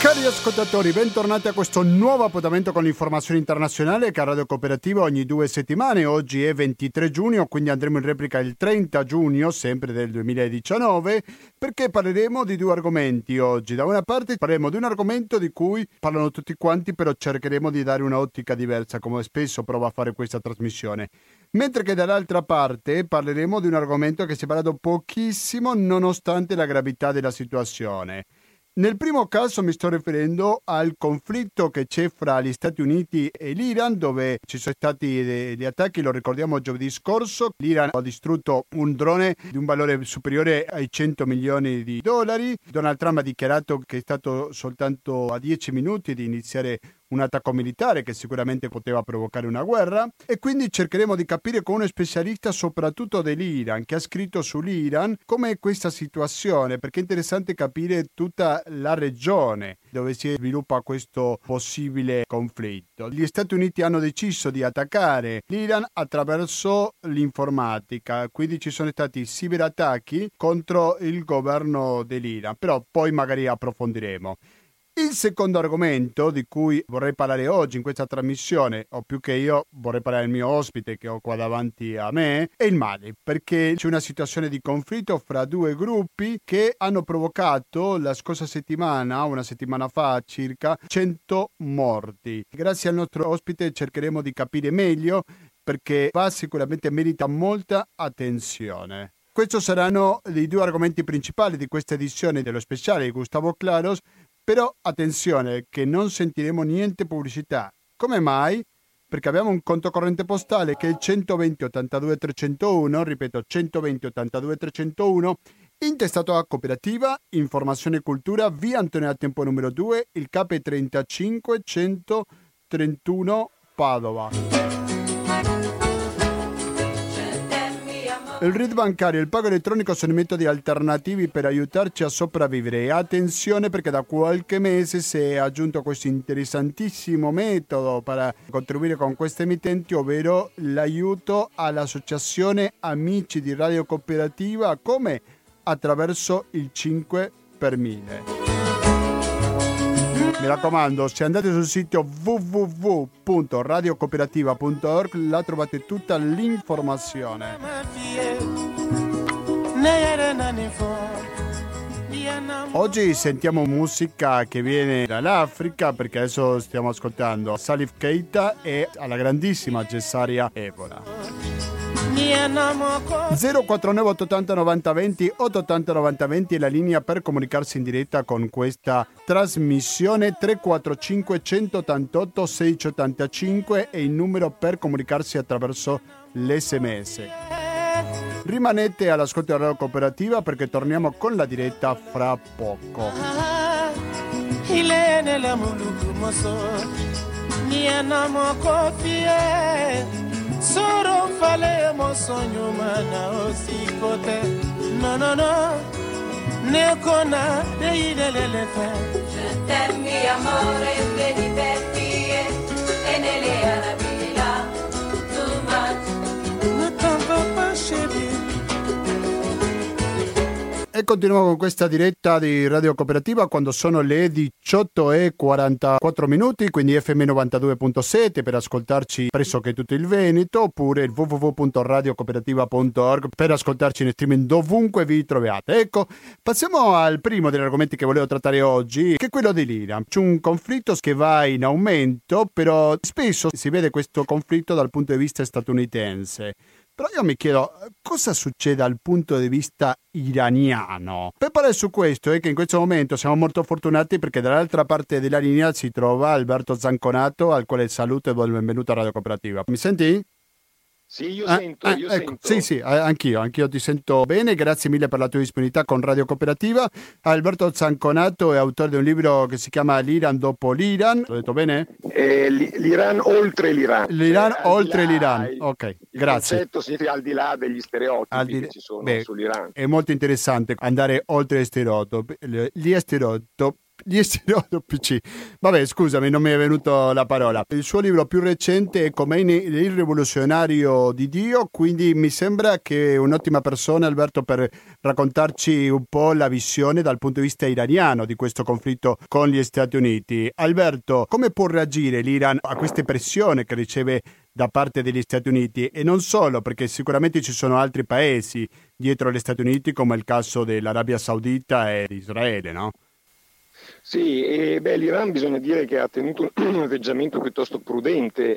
Cari ascoltatori, bentornati a questo nuovo appuntamento con l'informazione internazionale che a Radio Cooperativa ogni 2 settimane. Oggi è 23 giugno, quindi andremo in replica il 30 giugno, sempre del 2019, perché parleremo di due argomenti oggi. Da una parte parleremo di un argomento di cui parlano tutti quanti, però cercheremo di dare un'ottica diversa, come spesso provo a fare questa trasmissione. Mentre che dall'altra parte parleremo di un argomento che si è parlato pochissimo nonostante la gravità della situazione. Nel primo caso mi sto riferendo al conflitto che c'è fra gli Stati Uniti e l'Iran, dove ci sono stati degli attacchi, lo ricordiamo giovedì scorso. L'Iran ha distrutto un drone di un valore superiore ai 100 milioni di dollari. Donald Trump ha dichiarato che è stato soltanto a 10 minuti di iniziare un attacco militare che sicuramente poteva provocare una guerra, e quindi cercheremo di capire con uno specialista soprattutto dell'Iran, che ha scritto sull'Iran, com'è questa situazione, perché è interessante capire tutta la regione dove si sviluppa questo possibile conflitto. Gli Stati Uniti hanno deciso di attaccare l'Iran attraverso l'informatica, quindi ci sono stati ciberattacchi contro il governo dell'Iran, però poi magari approfondiremo. Il secondo argomento di cui vorrei parlare oggi in questa trasmissione, o più che io vorrei parlare del mio ospite che ho qua davanti a me, è il Mali, perché c'è una situazione di conflitto fra due gruppi che hanno provocato la scorsa settimana, una settimana fa circa, 100 morti. Grazie al nostro ospite cercheremo di capire meglio, perché sicuramente merita molta attenzione. Questi saranno i due argomenti principali di questa edizione dello speciale di Gustavo Claros. Però attenzione che non sentiremo niente pubblicità. Come mai? Perché abbiamo un conto corrente postale che è il 120 82 301, ripeto 120 82 301, intestato a Cooperativa, Informazione e Cultura, via Antonio Tempo numero 2, il CAP 35 131 Padova. Il RID bancario e il pago elettronico sono metodi alternativi per aiutarci a sopravvivere. E attenzione, perché da qualche mese si è aggiunto questo interessantissimo metodo per contribuire con queste emittenti, ovvero l'aiuto all'associazione Amici di Radio Cooperativa, come attraverso il 5 per 1000. Mi raccomando, se andate sul sito www.radiocooperativa.org la trovate tutta l'informazione. Oggi sentiamo musica che viene dall'Africa, perché adesso stiamo ascoltando Salif Keita e alla grandissima Cessaria Evora. 049 880 90 20 880 90 20 è la linea per comunicarsi in diretta con questa trasmissione. 345 188 685 è il numero per comunicarsi attraverso l'SMS. Rimanete all'ascolto della Radio Cooperativa, perché torniamo con la diretta fra poco. Soro fale mo sonho mana osikote no no no ne kona de idele fe. Je t'aime mi amore vedi per te e nelle arabila too much ne tampa pas chérie. E continuiamo con questa diretta di Radio Cooperativa quando sono le 18:44, quindi FM 92.7 per ascoltarci pressoché tutto il Veneto, oppure il www.radiocooperativa.org per ascoltarci in streaming dovunque vi troviate. Ecco, passiamo al primo degli argomenti che volevo trattare oggi, che è quello dell'Iran. C'è un conflitto che va in aumento, però spesso si vede questo conflitto dal punto di vista statunitense. Però io mi chiedo cosa succede dal punto di vista iraniano. Per parlare su questo è che in questo momento siamo molto fortunati, perché dall'altra parte della linea si trova Alberto Zanconato, al quale saluto e do il benvenuto a Radio Cooperativa. Mi senti? Sì, io sento. Ecco. Sì, anch'io ti sento bene, grazie mille per la tua disponibilità con Radio Cooperativa. Alberto Zanconato è autore di un libro che si chiama L'Iran dopo l'Iran, l'ho detto bene? L'Iran oltre l'Iran. L'Iran oltre l'Iran, ok, il grazie. Il concetto significa al di là degli stereotipi che ci sono sull'Iran. È molto interessante andare oltre gli stereotipi. Gli stereotipi. Vabbè, scusami, non mi è venuto la parola. Il suo libro più recente è Khomeini, il rivoluzionario di Dio, quindi mi sembra che è un'ottima persona, Alberto, per raccontarci un po' la visione dal punto di vista iraniano di questo conflitto con gli Stati Uniti. Alberto, come può reagire l'Iran a queste pressioni che riceve da parte degli Stati Uniti? E non solo, perché sicuramente ci sono altri paesi dietro gli Stati Uniti, come il caso dell'Arabia Saudita e di Israele, no? Sì, l'Iran bisogna dire che ha tenuto un atteggiamento piuttosto prudente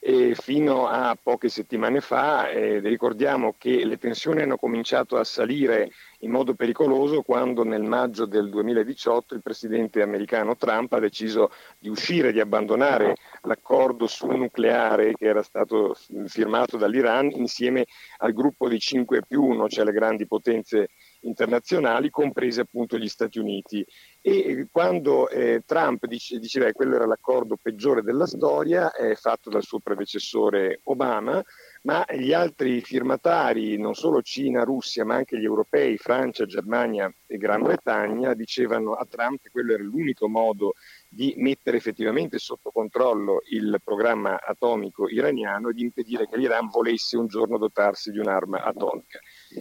fino a poche settimane fa. Ricordiamo che le tensioni hanno cominciato a salire in modo pericoloso quando nel maggio del 2018 il presidente americano Trump ha deciso di uscire, di abbandonare l'accordo sul nucleare che era stato firmato dall'Iran insieme al gruppo di 5+1, cioè le grandi potenze internazionali, comprese appunto gli Stati Uniti. E quando Trump diceva che quello era l'accordo peggiore della storia, fatto dal suo predecessore Obama, ma gli altri firmatari, non solo Cina, Russia, ma anche gli europei, Francia, Germania e Gran Bretagna, dicevano a Trump che quello era l'unico modo di mettere effettivamente sotto controllo il programma atomico iraniano e di impedire che l'Iran volesse un giorno dotarsi di un'arma atomica.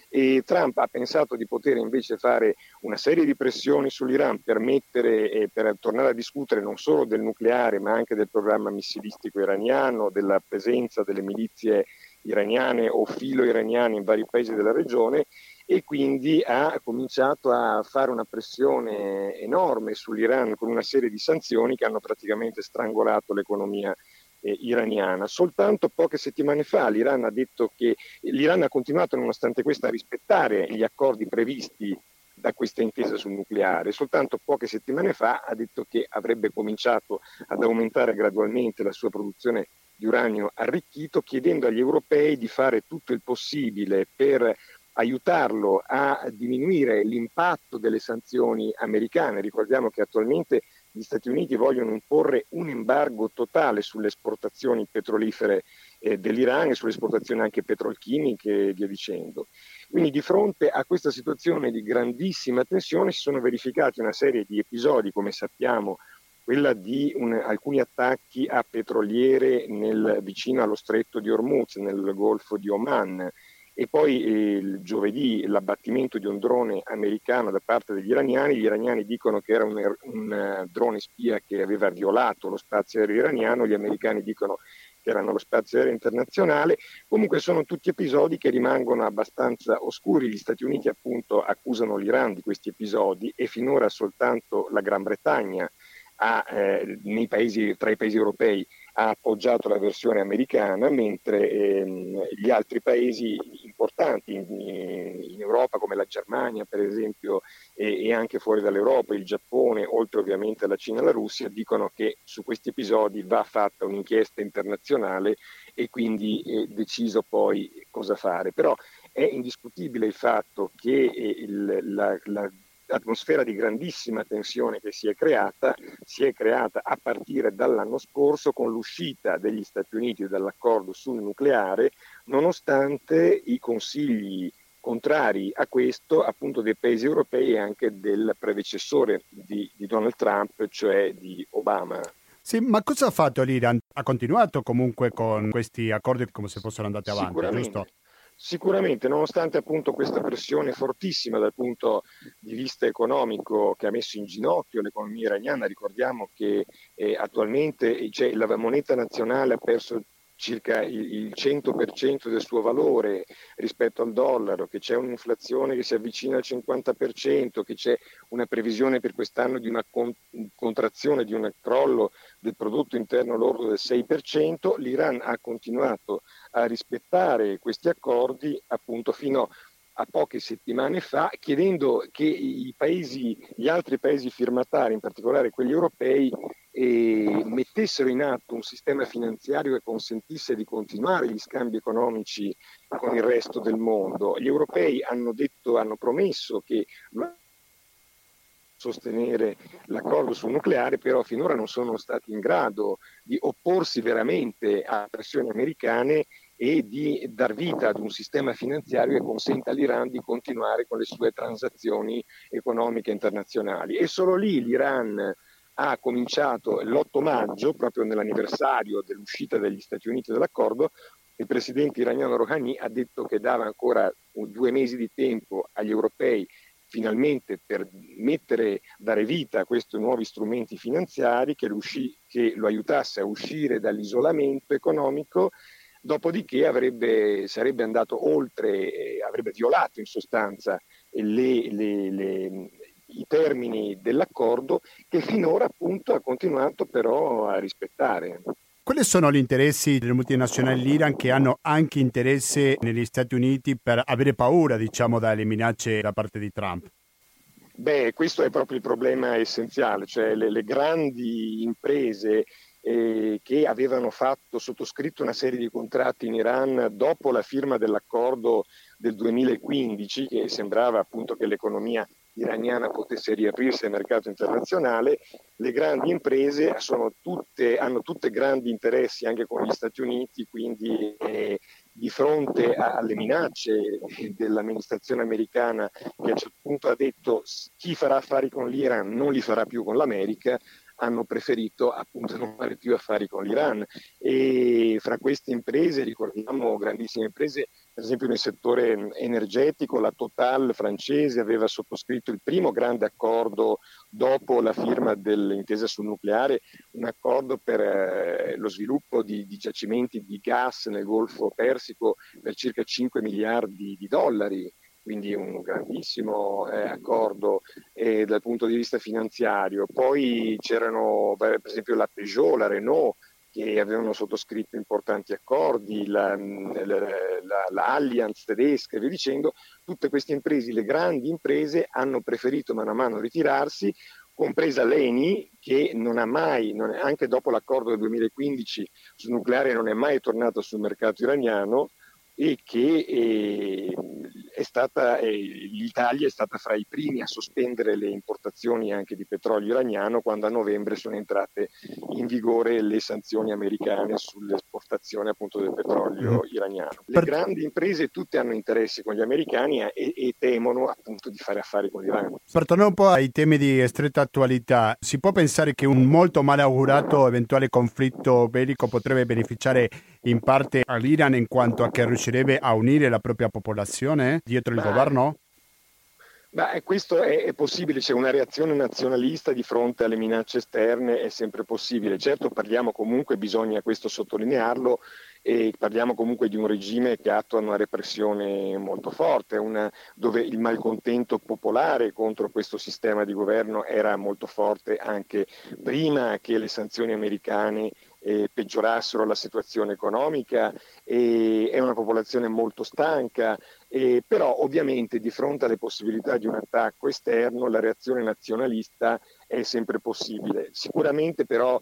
E Trump ha pensato di poter invece fare una serie di pressioni sull'Iran per per tornare a discutere non solo del nucleare ma anche del programma missilistico iraniano, della presenza delle milizie iraniane o filo-iraniane in vari paesi della regione, e quindi ha cominciato a fare una pressione enorme sull'Iran con una serie di sanzioni che hanno praticamente strangolato l'economia iraniana. Soltanto poche settimane fa l'Iran ha detto che l'Iran ha continuato nonostante questo a rispettare gli accordi previsti da questa intesa sul nucleare. Soltanto poche settimane fa ha detto che avrebbe cominciato ad aumentare gradualmente la sua produzione di uranio arricchito, chiedendo agli europei di fare tutto il possibile per aiutarlo a diminuire l'impatto delle sanzioni americane. Ricordiamo che attualmente gli Stati Uniti vogliono imporre un embargo totale sulle esportazioni petrolifere dell'Iran e sulle esportazioni anche petrolchimiche e via dicendo. Quindi di fronte a questa situazione di grandissima tensione si sono verificati una serie di episodi, come sappiamo, quella di alcuni attacchi a petroliere vicino allo stretto di Hormuz, nel Golfo di Oman, e poi il giovedì l'abbattimento di un drone americano da parte degli iraniani. Gli iraniani dicono che era un drone spia che aveva violato lo spazio aereo iraniano, gli americani dicono che erano lo spazio aereo internazionale. Comunque sono tutti episodi che rimangono abbastanza oscuri. Gli Stati Uniti appunto accusano l'Iran di questi episodi e finora soltanto la Gran Bretagna tra i paesi europei ha appoggiato la versione americana, mentre gli altri paesi importanti in Europa, come la Germania per esempio, e anche fuori dall'Europa, il Giappone, oltre ovviamente alla Cina e alla Russia, dicono che su questi episodi va fatta un'inchiesta internazionale e quindi è deciso poi cosa fare. Però è indiscutibile il fatto che l'atmosfera di grandissima tensione che si è creata a partire dall'anno scorso con l'uscita degli Stati Uniti dall'accordo sul nucleare, nonostante i consigli contrari a questo appunto dei paesi europei e anche del predecessore di Donald Trump, cioè di Obama. Sì, ma cosa ha fatto l'Iran? Ha continuato comunque con questi accordi come se fossero andati avanti, giusto? Sicuramente, nonostante appunto questa pressione fortissima dal punto di vista economico che ha messo in ginocchio l'economia iraniana. Ricordiamo che attualmente la moneta nazionale ha perso circa il 100% del suo valore rispetto al dollaro, che c'è un'inflazione che si avvicina al 50%, che c'è una previsione per quest'anno di una contrazione, di un crollo del prodotto interno lordo del 6%, l'Iran ha continuato a rispettare questi accordi appunto fino a poche settimane fa, chiedendo che gli altri paesi firmatari, in particolare quelli europei, mettessero in atto un sistema finanziario che consentisse di continuare gli scambi economici con il resto del mondo. Gli europei hanno promesso che sostenere l'accordo sul nucleare, però finora non sono stati in grado di opporsi veramente a pressioni americane e di dar vita ad un sistema finanziario che consenta all'Iran di continuare con le sue transazioni economiche internazionali. E solo lì l'Iran ha cominciato l'8 maggio, proprio nell'anniversario dell'uscita degli Stati Uniti dall'accordo. Il presidente iraniano Rouhani ha detto che dava ancora 2 mesi di tempo agli europei finalmente per dare vita a questi nuovi strumenti finanziari che lo aiutasse a uscire dall'isolamento economico, dopodiché sarebbe andato oltre, avrebbe violato in sostanza i termini dell'accordo che finora appunto ha continuato però a rispettare. Quali sono gli interessi delle multinazionali dell'Iran che hanno anche interesse negli Stati Uniti per avere paura, diciamo, dalle minacce da parte di Trump? Questo è proprio il problema essenziale, cioè le grandi imprese che avevano sottoscritto una serie di contratti in Iran dopo la firma dell'accordo del 2015, che sembrava appunto che l'economia iraniana potesse riaprirsi al mercato internazionale. Le grandi imprese hanno tutte grandi interessi anche con gli Stati Uniti, quindi di fronte alle minacce dell'amministrazione americana, che a un certo punto ha detto chi farà affari con l'Iran non li farà più con l'America, hanno preferito appunto non fare più affari con l'Iran. E fra queste imprese ricordiamo grandissime imprese, per esempio nel settore energetico. La Total francese aveva sottoscritto il primo grande accordo dopo la firma dell'intesa sul nucleare, un accordo per lo sviluppo di giacimenti di gas nel Golfo Persico per circa 5 miliardi di dollari. Quindi un grandissimo accordo dal punto di vista finanziario. Poi c'erano per esempio la Peugeot, la Renault, che avevano sottoscritto importanti accordi, la Allianz tedesca e via dicendo. Tutte queste imprese, le grandi imprese, hanno preferito mano a mano ritirarsi, compresa l'ENI, che non ha mai, anche dopo l'accordo del 2015 sul nucleare, non è mai tornato sul mercato iraniano, e che l'Italia è stata fra i primi a sospendere le importazioni anche di petrolio iraniano quando a novembre sono entrate in vigore le sanzioni americane sull'esportazione appunto del petrolio iraniano. Le grandi imprese tutte hanno interessi con gli americani e temono appunto di fare affari con l'Iran. Per tornare un po' ai temi di stretta attualità, si può pensare che un molto malaugurato eventuale conflitto bellico potrebbe beneficiare in parte all'Iran in quanto a che riuscirebbe a unire la propria popolazione dietro il governo? Questo è possibile, c'è una reazione nazionalista di fronte alle minacce esterne, è sempre possibile. Certo, parliamo comunque, bisogna questo sottolinearlo, e parliamo comunque di un regime che attua una repressione molto forte, dove il malcontento popolare contro questo sistema di governo era molto forte anche prima che le sanzioni americane peggiorassero la situazione economica. È una popolazione molto stanca, però ovviamente di fronte alle possibilità di un attacco esterno la reazione nazionalista è sempre possibile. Sicuramente però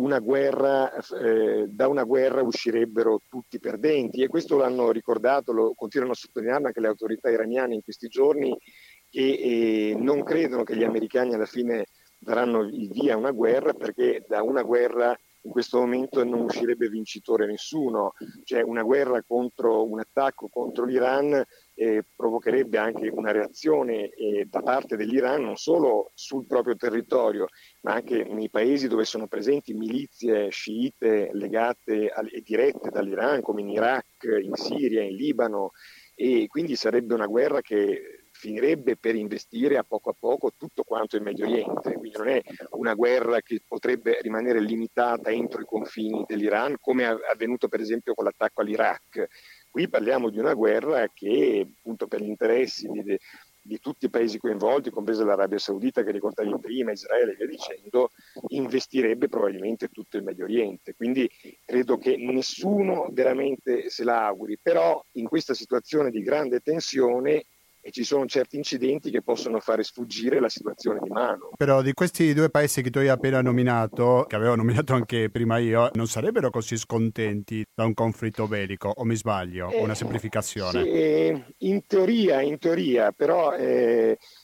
da una guerra uscirebbero tutti perdenti, e questo l'hanno ricordato, lo continuano a sottolineare anche le autorità iraniane in questi giorni, che non credono che gli americani alla fine daranno il via a una guerra, perché da una guerra in questo momento non uscirebbe vincitore nessuno. Cioè una guerra un attacco contro l'Iran provocherebbe anche una reazione da parte dell'Iran non solo sul proprio territorio, ma anche nei paesi dove sono presenti milizie sciite legate e dirette dall'Iran, come in Iraq, in Siria, in Libano, e quindi sarebbe una guerra che finirebbe per investire a poco tutto quanto il Medio Oriente. Quindi non è una guerra che potrebbe rimanere limitata entro i confini dell'Iran, come è avvenuto per esempio con l'attacco all'Iraq. Qui parliamo di una guerra che appunto per gli interessi di tutti i paesi coinvolti, compresa l'Arabia Saudita che ricordavi prima, Israele e via dicendo, investirebbe probabilmente tutto il Medio Oriente. Quindi credo che nessuno veramente se la auguri, però in questa situazione di grande tensione e ci sono certi incidenti che possono fare sfuggire la situazione di mano. Però di questi due paesi che tu hai appena nominato, che avevo nominato anche prima io, non sarebbero così scontenti da un conflitto bellico, o mi sbaglio? Una semplificazione? Sì, in teoria, però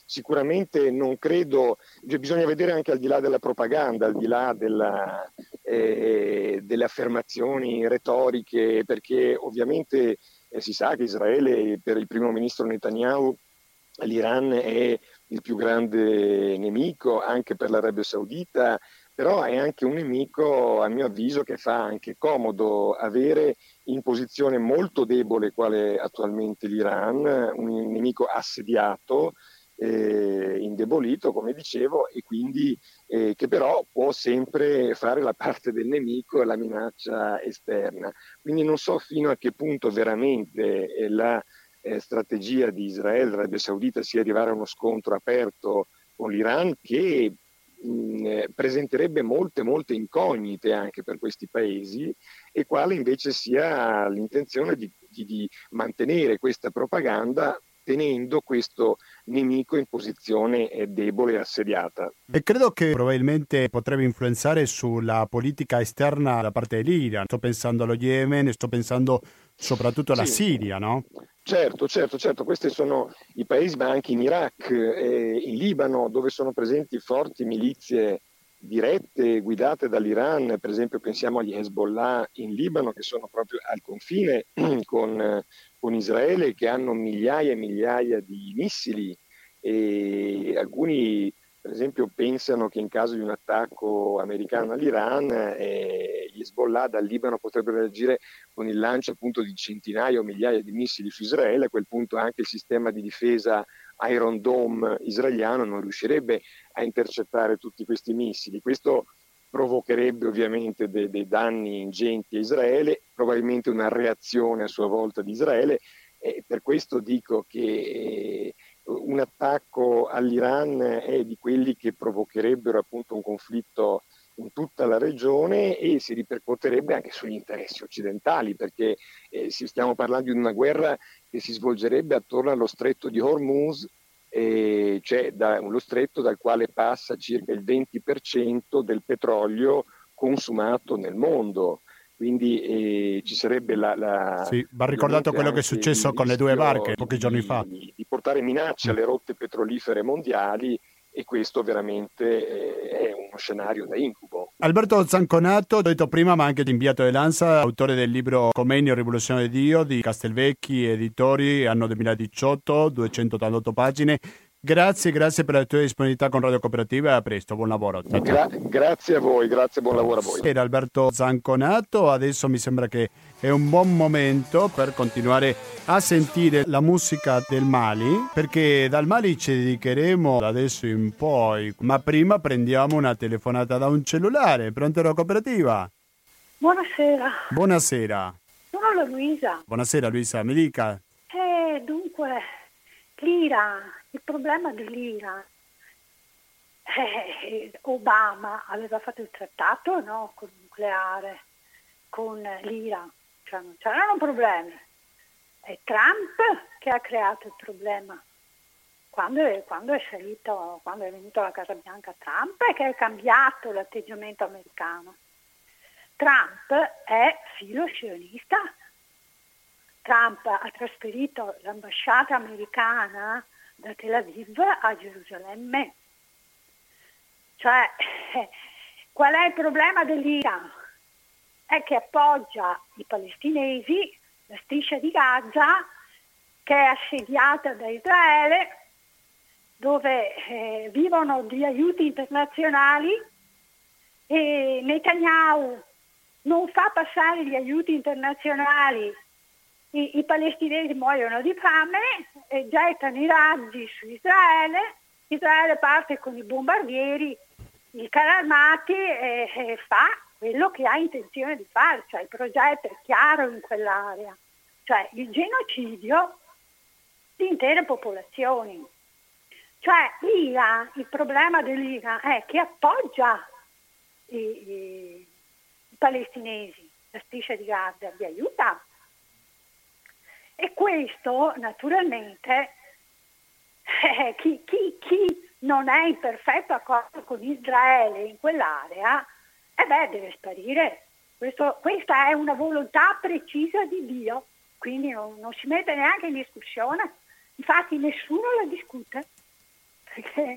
sicuramente non credo, bisogna vedere anche al di là della propaganda, al di là delle affermazioni retoriche, perché ovviamente si sa che Israele, per il primo ministro Netanyahu, l'Iran è il più grande nemico, anche per l'Arabia Saudita, però è anche un nemico, a mio avviso, che fa anche comodo avere in posizione molto debole, quale attualmente l'Iran, un nemico assediato, indebolito, come dicevo, e quindi che però può sempre fare la parte del nemico e la minaccia esterna. Quindi non so fino a che punto veramente la strategia di Israele, l'Arabia Saudita, sia arrivare a uno scontro aperto con l'Iran, che presenterebbe molte incognite anche per questi paesi, e quale invece sia l'intenzione di mantenere questa propaganda tenendo questo nemico in posizione debole e assediata. E credo che probabilmente potrebbe influenzare sulla politica esterna da parte dell'Iran. Sto pensando allo Yemen, sto pensando soprattutto alla Siria, no? Certo, questi sono i paesi, ma anche in Iraq, in Libano, dove sono presenti forti milizie dirette, guidate dall'Iran. Per esempio pensiamo agli Hezbollah in Libano, che sono proprio al confine con Israele, che hanno migliaia e migliaia di missili, e alcuni per esempio pensano che in caso di un attacco americano all'Iran, gli Hezbollah dal Libano potrebbero reagire con il lancio appunto di centinaia o migliaia di missili su Israele. A quel punto anche il sistema di difesa Iron Dome israeliano non riuscirebbe a intercettare tutti questi missili. Questo provocherebbe ovviamente dei danni ingenti a Israele, probabilmente una reazione a sua volta di Israele, e per questo dico che un attacco all'Iran è di quelli che provocherebbero appunto un conflitto in tutta la regione e si ripercuoterebbe anche sugli interessi occidentali, perché stiamo parlando di una guerra che si svolgerebbe attorno allo stretto di Hormuz, cioè lo stretto dal quale passa circa il 20% del petrolio consumato nel mondo. Quindi ci sarebbe Sì, va ricordato quello che è successo con le due barche pochi giorni fa. Di portare minaccia alle rotte petrolifere mondiali, e questo veramente è uno scenario da incubo. Alberto Zanconato, ho detto prima, ma anche inviato dell'ANSA, autore del libro Comeni, Rivoluzione di Dio, di Castelvecchi Editori, anno 2018, 288 pagine. Grazie per la tua disponibilità con Radio Cooperativa e a presto, buon lavoro. Grazie a voi, buon lavoro a voi. Era Alberto Zanconato, adesso mi sembra che è un buon momento per continuare a sentire la musica del Mali, perché dal Mali ci dedicheremo da adesso in poi, ma prima prendiamo una telefonata da un cellulare. Pronto Radio Cooperativa? Buonasera. Buonasera. Sono la Luisa. Buonasera Luisa, mi dica. Dunque, l'Iran, il problema dell'Iran, Obama aveva fatto il trattato, no, con il nucleare, con l'Iran, cioè non c'erano problemi. È Trump che ha creato il problema. Quando è venuto alla Casa Bianca Trump, è che è cambiato l'atteggiamento americano. Trump è filo-sionista. Trump ha trasferito l'ambasciata americana da Tel Aviv a Gerusalemme. Cioè, qual è il problema dell'Iran? È che appoggia i palestinesi, la striscia di Gaza, che è assediata da Israele, dove vivono di aiuti internazionali, e Netanyahu non fa passare gli aiuti internazionali. I palestinesi muoiono di fame e gettano i razzi su Israele. Israele parte con i bombardieri, i carri armati, e fa quello che ha intenzione di fare, cioè il progetto è chiaro in quell'area, cioè il genocidio di intere popolazioni. Cioè l'Iran, il problema dell'Iran è che appoggia i palestinesi, la striscia di Gaza li aiuta. E questo naturalmente chi non è in perfetto accordo con Israele in quell'area, deve sparire. Questa è una volontà precisa di Dio, quindi non si mette neanche in discussione. Infatti nessuno la discute, perché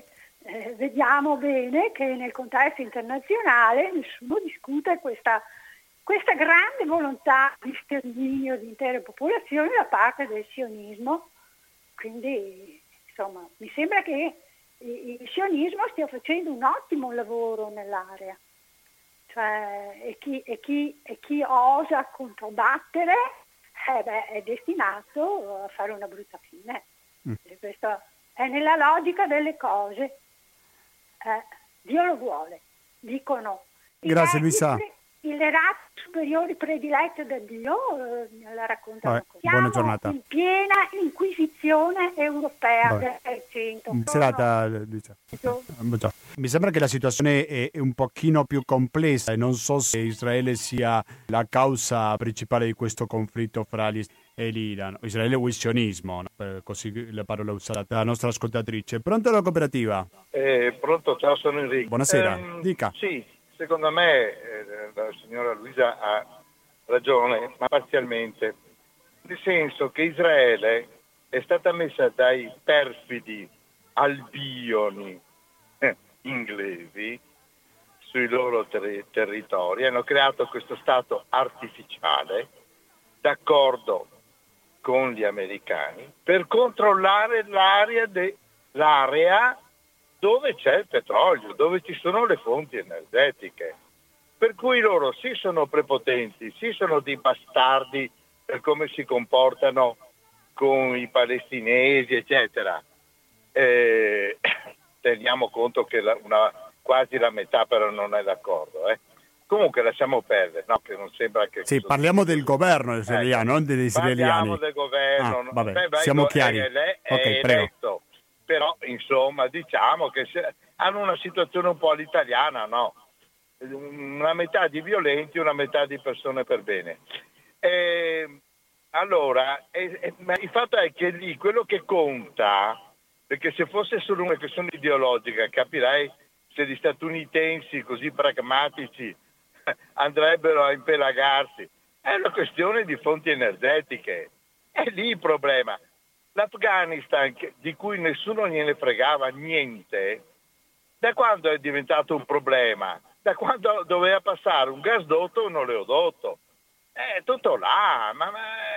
vediamo bene che nel contesto internazionale nessuno discute questa grande volontà di sterminio di intere popolazioni da parte del sionismo. Quindi, insomma, mi sembra che il sionismo stia facendo un ottimo lavoro nell'area. Cioè, e chi osa controbattere è destinato a fare una brutta fine. E questo è nella logica delle cose. Dio lo vuole, dicono. Grazie Luisa. Le razze superiori predilette da Dio la raccontano così. Buona giornata. In piena inquisizione europea del Trecento. Serata Luisa. Mi sembra che la situazione è un pochino più complessa e non so se Israele sia la causa principale di questo conflitto fra l'Iran, Israele o il sionismo, no? Così la parola usata dalla nostra ascoltatrice. Pronto alla cooperativa? Pronto, ciao, sono Enrico. Buonasera, dica. Sì, secondo me la signora Luisa ha ragione, ma parzialmente, nel senso che Israele è stata messa dai perfidi albioni inglesi sui loro territori, hanno creato questo stato artificiale d'accordo con gli americani per controllare l'area dove c'è il petrolio, dove ci sono le fonti energetiche. Per cui loro sì sono prepotenti, sì sono dei bastardi per come si comportano con i palestinesi, eccetera. Teniamo conto che quasi la metà però non è d'accordo. Comunque lasciamo perdere, no? Che non sembra che... Sì, parliamo del governo israeliano, non degli israeliani. Parliamo del governo. Vabbè, siamo chiari. È prego. eletto. Però, insomma, diciamo che hanno una situazione un po' all'italiana, no? Una metà di violenti, una metà di persone per bene. Allora, ma il fatto è che lì quello che conta, perché se fosse solo una questione ideologica, capirei se gli statunitensi così pragmatici andrebbero a impelagarsi. È una questione di fonti energetiche. È lì il problema. L'Afghanistan, di cui nessuno gliene fregava niente, da quando è diventato un problema? Da quando doveva passare un gasdotto o un oleodotto? È tutto là, ma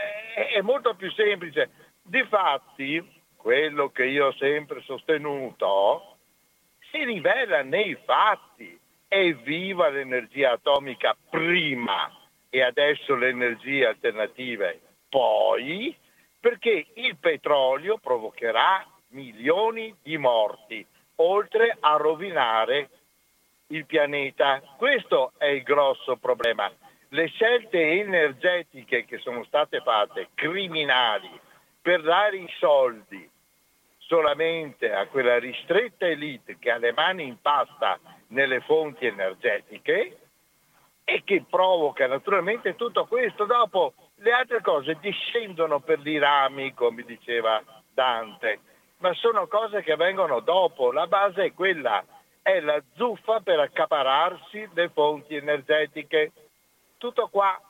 è molto più semplice. Difatti, quello che io ho sempre sostenuto si rivela nei fatti. Evviva l'energia atomica prima e adesso le energie alternative poi, perché il petrolio provocherà milioni di morti, oltre a rovinare il pianeta. Questo è il grosso problema. Le scelte energetiche che sono state fatte, criminali, per dare i soldi solamente a quella ristretta elite che ha le mani in pasta nelle fonti energetiche e che provoca naturalmente tutto questo. Dopo le altre cose discendono per i rami, come diceva Dante, ma sono cose che vengono dopo. La base è quella, è la zuffa per accapararsi le fonti energetiche. Tutto qua.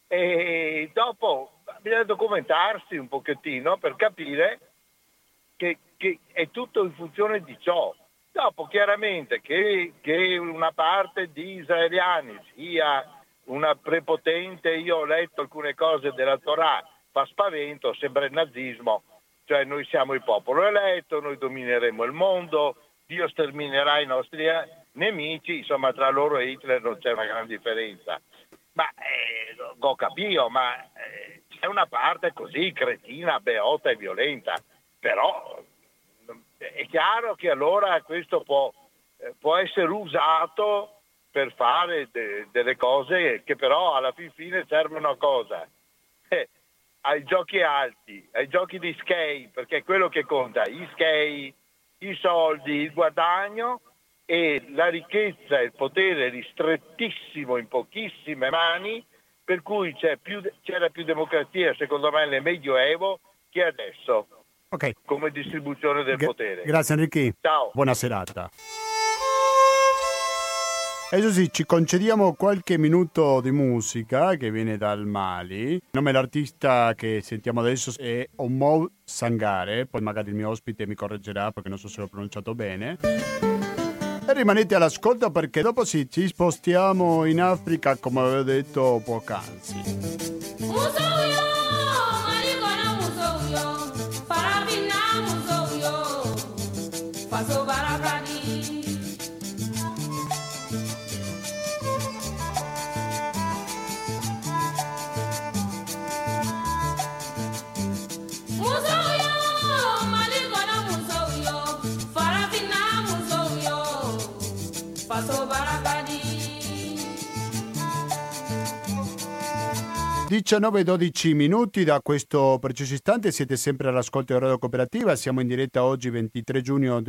E dopo bisogna documentarsi un pochettino per capire che è tutto in funzione di ciò. Dopo chiaramente che una parte di israeliani sia una prepotente, io ho letto alcune cose della Torah, fa spavento, sembra il nazismo, cioè noi siamo il popolo eletto, noi domineremo il mondo, Dio sterminerà i nostri nemici, insomma tra loro e Hitler non c'è una gran differenza. Ma ho capito, ma c'è una parte così cretina, beota e violenta, però è chiaro che allora questo può essere usato per fare delle cose che però alla fine servono a cosa? Ai giochi alti, ai giochi di skate, perché è quello che conta, gli skate, i soldi, il guadagno e la ricchezza e il potere ristrettissimo in pochissime mani, per cui c'era più democrazia secondo me nel Medioevo che adesso. Okay. Come distribuzione del potere. Grazie Enrico. Ciao. Buona serata. Adesso sì, ci concediamo qualche minuto di musica che viene dal Mali. Il nome dell'artista che sentiamo adesso è Oumou Sangare, poi magari il mio ospite mi correggerà perché non so se l'ho pronunciato bene. E rimanete all'ascolto perché dopo sì, ci spostiamo in Africa come avevo detto poc'anzi. Muso 19-12 minuti da questo preciso istante, siete sempre all'ascolto di Radio Cooperativa, siamo in diretta oggi 23 giugno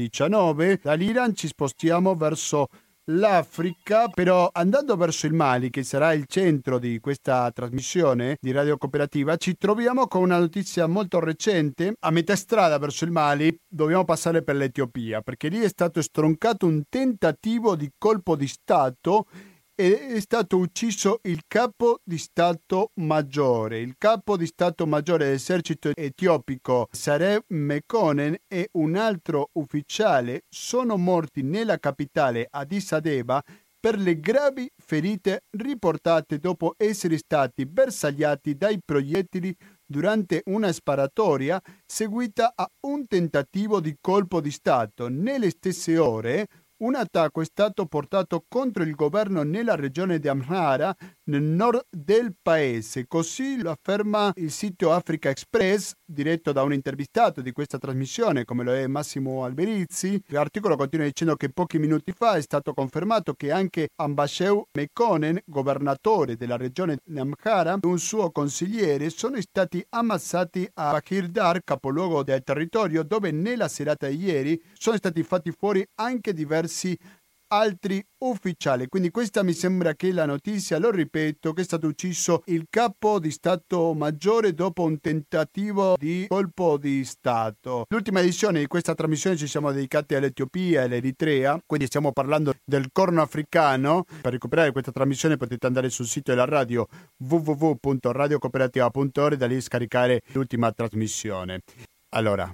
2019, dall'Iran ci spostiamo verso l'Africa, però andando verso il Mali, che sarà il centro di questa trasmissione di Radio Cooperativa, ci troviamo con una notizia molto recente. A metà strada verso il Mali dobbiamo passare per l'Etiopia, perché lì è stato stroncato un tentativo di colpo di Stato e è stato ucciso il capo di Stato Maggiore. Il capo di Stato Maggiore dell'esercito etiopico, Sareb Mekonnen, e un altro ufficiale sono morti nella capitale Addis Abeba per le gravi ferite riportate dopo essere stati bersagliati dai proiettili durante una sparatoria seguita a un tentativo di colpo di Stato. Nelle stesse ore un attacco è stato portato contro il governo nella regione di Amhara, nel nord del paese. Così lo afferma il sito Africa Express, diretto da un intervistato di questa trasmissione, come lo è Massimo Alberizzi. L'articolo continua dicendo che pochi minuti fa è stato confermato che anche Ambasheu Mekonnen, governatore della regione di Amhara, e un suo consigliere sono stati ammazzati a Bahirdar, capoluogo del territorio, dove nella serata di ieri sono stati fatti fuori anche diversi altri ufficiali. Quindi questa mi sembra che la notizia, lo ripeto, che è stato ucciso il capo di Stato Maggiore dopo un tentativo di colpo di Stato. L'ultima edizione di questa trasmissione ci siamo dedicati all'Etiopia e all'Eritrea, quindi stiamo parlando del Corno africano. Per recuperare questa trasmissione potete andare sul sito della radio www.radiocooperativa.org e da lì scaricare l'ultima trasmissione. Allora,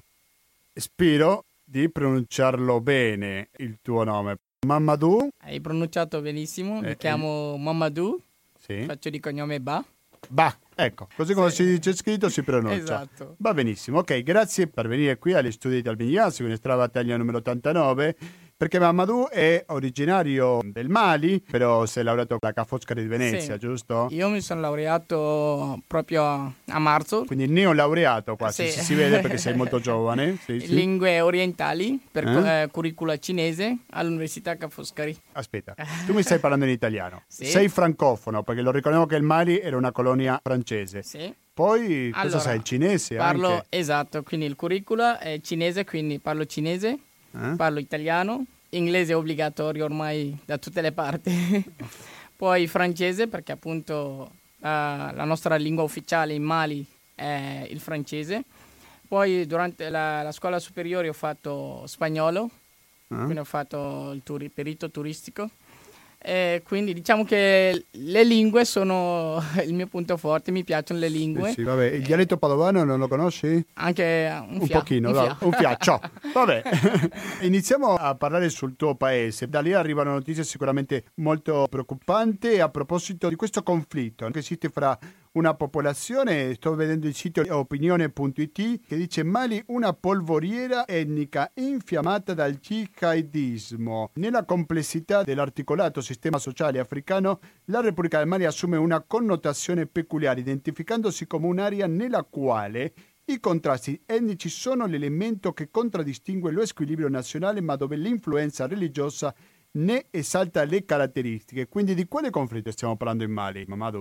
spero di pronunciarlo bene il tuo nome. Mamadou? Hai pronunciato benissimo, mi chiamo Mamadou, Sì. faccio di cognome Ba. Bah, ecco, così come si dice scritto si pronuncia. Esatto. Va benissimo, ok, grazie per venire qui agli studi di Albignazzi, con Strada Battaglia numero 89, perché Mamadou è originario del Mali, però si è laureato alla Ca' Foscari di Venezia, Sì. giusto? Io mi sono laureato proprio a marzo, Quindi neolaureato quasi, Sì. si vede perché sei molto giovane. Sì, in sì. lingue orientali per curricula cinese all'Università Ca' Foscari. Aspetta, tu mi stai parlando in italiano, Sì. sei francofono, perché lo ricordiamo che il Mali era una colonia francese. Sì. Poi cosa Allora, sai, il cinese Parlo, anche? esatto, quindi il curricula è cinese, quindi parlo cinese, Eh? parlo italiano, inglese è obbligatorio ormai da tutte le parti, poi francese perché appunto la nostra lingua ufficiale in Mali è il francese, poi durante la scuola superiore ho fatto spagnolo, quindi ho fatto il perito turistico. Quindi diciamo che le lingue sono il mio punto forte, mi piacciono le lingue. Sì, vabbè. Il dialetto padovano non lo conosci? Anche Un pochino, un fiaccio. Vabbè. Iniziamo a parlare sul tuo paese. Da lì arrivano notizie sicuramente molto preoccupanti a proposito di questo conflitto che esiste fra una popolazione. Sto vedendo il sito opinione.it che dice: Mali, una polvoriera etnica infiammata dal jihadismo. Nella complessità dell'articolato sistema sociale africano, la Repubblica del Mali assume una connotazione peculiare, identificandosi come un'area nella quale i contrasti etnici sono l'elemento che contraddistingue lo squilibrio nazionale, ma dove l'influenza religiosa ne esalta le caratteristiche. Quindi di quale conflitto stiamo parlando in Mali, Mamadou?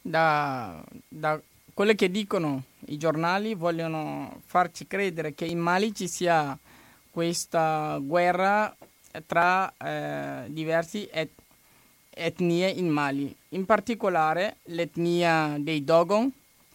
Da quelle che dicono i giornali, vogliono farci credere che in Mali ci sia questa guerra tra diverse etnie in Mali, in particolare l'etnia dei Dogon,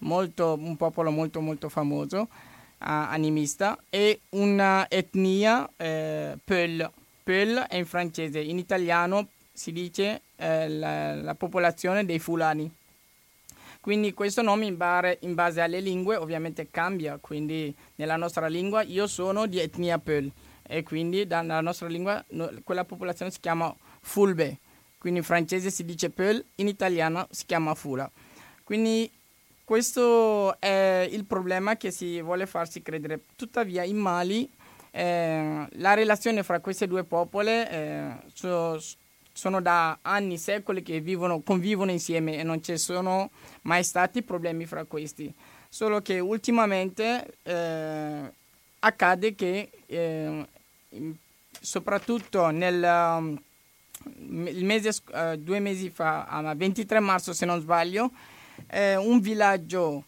un popolo molto molto famoso, animista, e una etnia Peul. Peul è in francese, in italiano si dice la popolazione dei Fulani. Quindi questo nome in base alle lingue ovviamente cambia, quindi nella nostra lingua io sono di etnia Peul e quindi nella nostra lingua quella popolazione si chiama Fulbe, quindi in francese si dice Peul, in italiano si chiama Fula. Quindi questo è il problema che si vuole farsi credere. Tuttavia in Mali la relazione fra queste due popole sono da anni, secoli che convivono insieme e non ci sono mai stati problemi fra questi. Solo che ultimamente accade che soprattutto il mese, 2 mesi fa, a 23 marzo se non sbaglio, un villaggio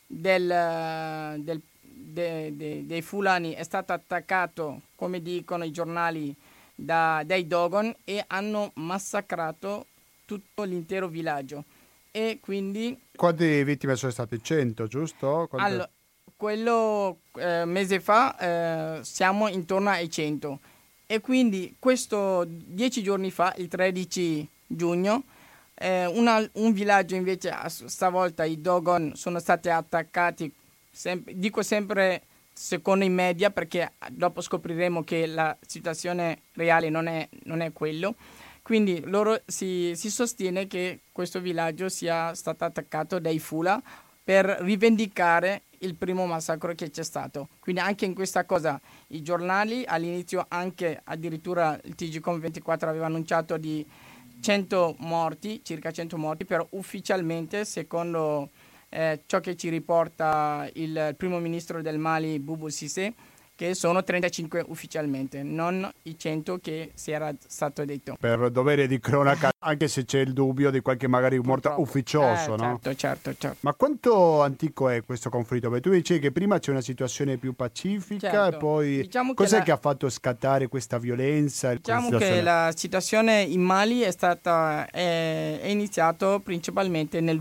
dei Fulani è stato attaccato, come dicono i giornali, dai Dogon e hanno massacrato tutto l'intero villaggio. E quindi quante vittime sono state? 100, giusto? Allora, quello mese fa siamo intorno ai 100 e quindi questo 10 giorni fa, il 13 giugno, un villaggio invece stavolta i Dogon sono stati attaccati, dico sempre secondo i media perché dopo scopriremo che la situazione reale non è quello. Quindi loro si sostiene che questo villaggio sia stato attaccato dai Fula per rivendicare il primo massacro che c'è stato. Quindi anche in questa cosa i giornali all'inizio, anche addirittura il TGCOM24 aveva annunciato di 100 morti, circa 100 morti, però ufficialmente secondo ciò che ci riporta il primo ministro del Mali, Boubou Cissé, che sono 35 ufficialmente, non i 100 che si era stato detto. Per dovere di cronaca, anche se c'è il dubbio di qualche magari morto ufficioso, no? Certo. Ma quanto antico è questo conflitto? Perché tu dicevi che prima c'è una situazione più pacifica e poi diciamo cos'è che ha fatto scattare questa violenza? Diciamo che la situazione in Mali è iniziato principalmente nel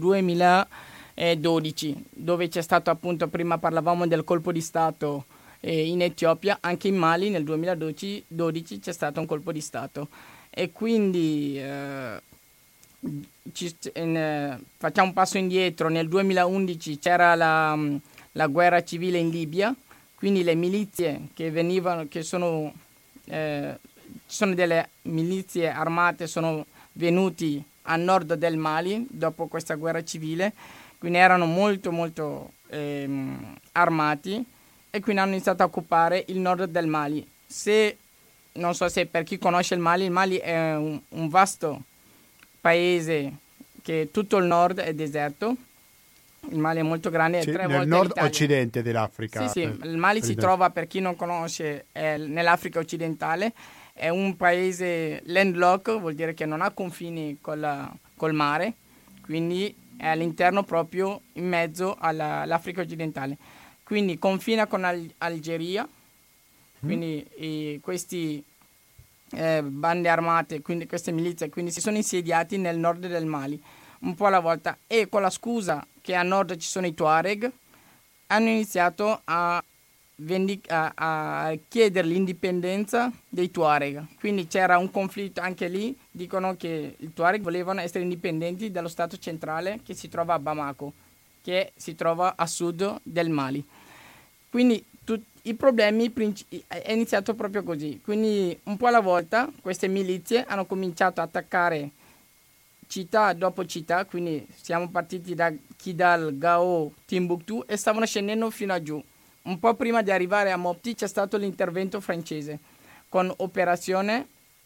2012, dove c'è stato appunto, prima parlavamo del colpo di Stato in Etiopia, anche in Mali nel 2012 c'è stato un colpo di Stato e quindi facciamo un passo indietro. Nel 2011 c'era la guerra civile in Libia, quindi le milizie ci sono delle milizie armate, sono venuti a nord del Mali dopo questa guerra civile, quindi erano molto armati e quindi hanno iniziato a occupare il nord del Mali. Non so se per chi conosce il Mali è un vasto paese che tutto il nord è deserto. Il Mali è molto grande, è 3 volte nel nord-occidente dell'Africa. Sì, il Mali si trova, per chi non conosce, nell'Africa occidentale. È un paese landlocked, vuol dire che non ha confini col mare, quindi è all'interno, proprio in mezzo all'Africa occidentale. Quindi confina con Algeria, quindi questi bande armate, quindi queste milizie, quindi si sono insediati nel nord del Mali, un po' alla volta, e con la scusa che a nord ci sono i Tuareg, hanno iniziato a chiedere l'indipendenza dei Tuareg. Quindi c'era un conflitto anche lì, dicono che i Tuareg volevano essere indipendenti dallo Stato centrale che si trova a Bamako, che si trova a sud del Mali. Quindi i problemi è iniziato proprio così. Quindi un po' alla volta queste milizie hanno cominciato a attaccare città dopo città, quindi siamo partiti da Kidal, Gao, Timbuktu e stavano scendendo fino a giù. Un po' prima di arrivare a Mopti c'è stato l'intervento francese con operazione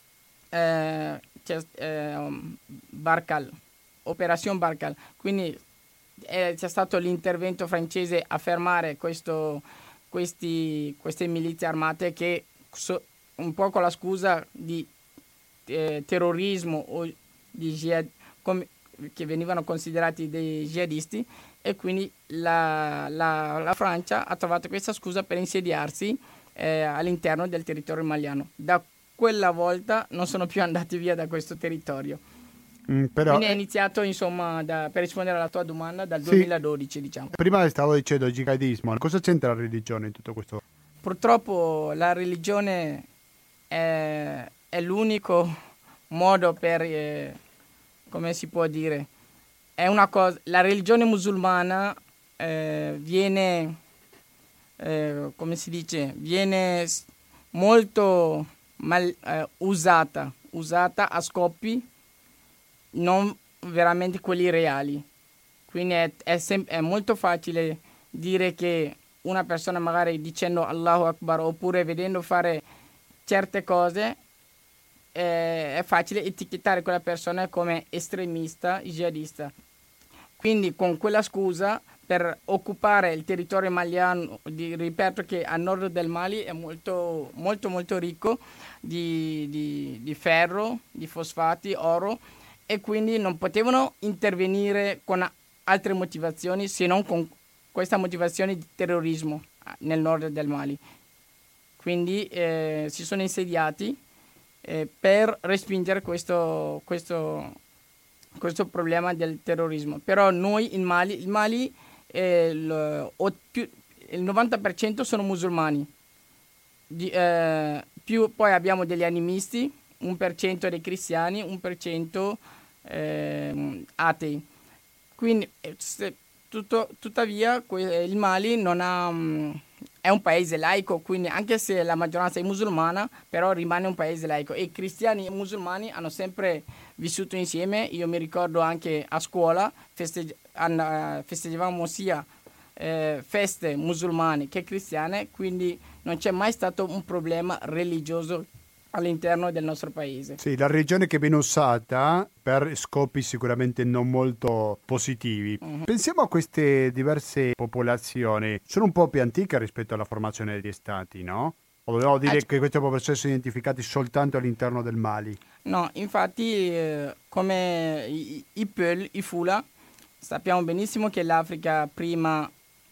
Barkhane, Operazione Barkhane. Quindi c'è stato l'intervento francese a fermare queste milizie armate che un po' con la scusa di terrorismo o di che venivano considerati dei jihadisti, e quindi la Francia ha trovato questa scusa per insediarsi all'interno del territorio maliano. Da quella volta non sono più andati via da questo territorio. Però, quindi è iniziato, insomma, per rispondere alla tua domanda, dal 2012, diciamo. Prima stavo dicendo jihadismo, cosa c'entra la religione in tutto questo? Purtroppo la religione è l'unico modo per, come si può dire, è una cosa, la religione musulmana viene, come si dice, viene molto usata a scopi non veramente quelli reali. Quindi è molto facile dire che una persona magari dicendo Allahu Akbar oppure vedendo fare certe cose è facile etichettare quella persona come estremista, jihadista. Quindi con quella scusa per occupare il territorio maliano, ripeto che a nord del Mali è molto molto molto ricco di ferro, di fosfati, oro, e quindi non potevano intervenire con altre motivazioni se non con questa motivazione di terrorismo nel nord del Mali. Quindi si sono insediati per respingere questo problema del terrorismo. Però noi il Mali il 90% sono musulmani. Poi abbiamo degli animisti, 1% dei cristiani, 1% atei. Quindi tuttavia il Mali non ha, è un paese laico, quindi anche se la maggioranza è musulmana, però rimane un paese laico, e cristiani e musulmani hanno sempre vissuto insieme. Io mi ricordo anche a scuola festeggiavamo sia feste musulmane che cristiane, quindi non c'è mai stato un problema religioso all'interno del nostro paese. Sì, la religione che viene usata per scopi sicuramente non molto positivi. Pensiamo a queste diverse popolazioni, sono un po' più antiche rispetto alla formazione degli stati, no? O dobbiamo dire che queste popolazioni sono identificate soltanto all'interno del Mali? No, infatti come i Peul, i Fula, sappiamo benissimo che l'Africa prima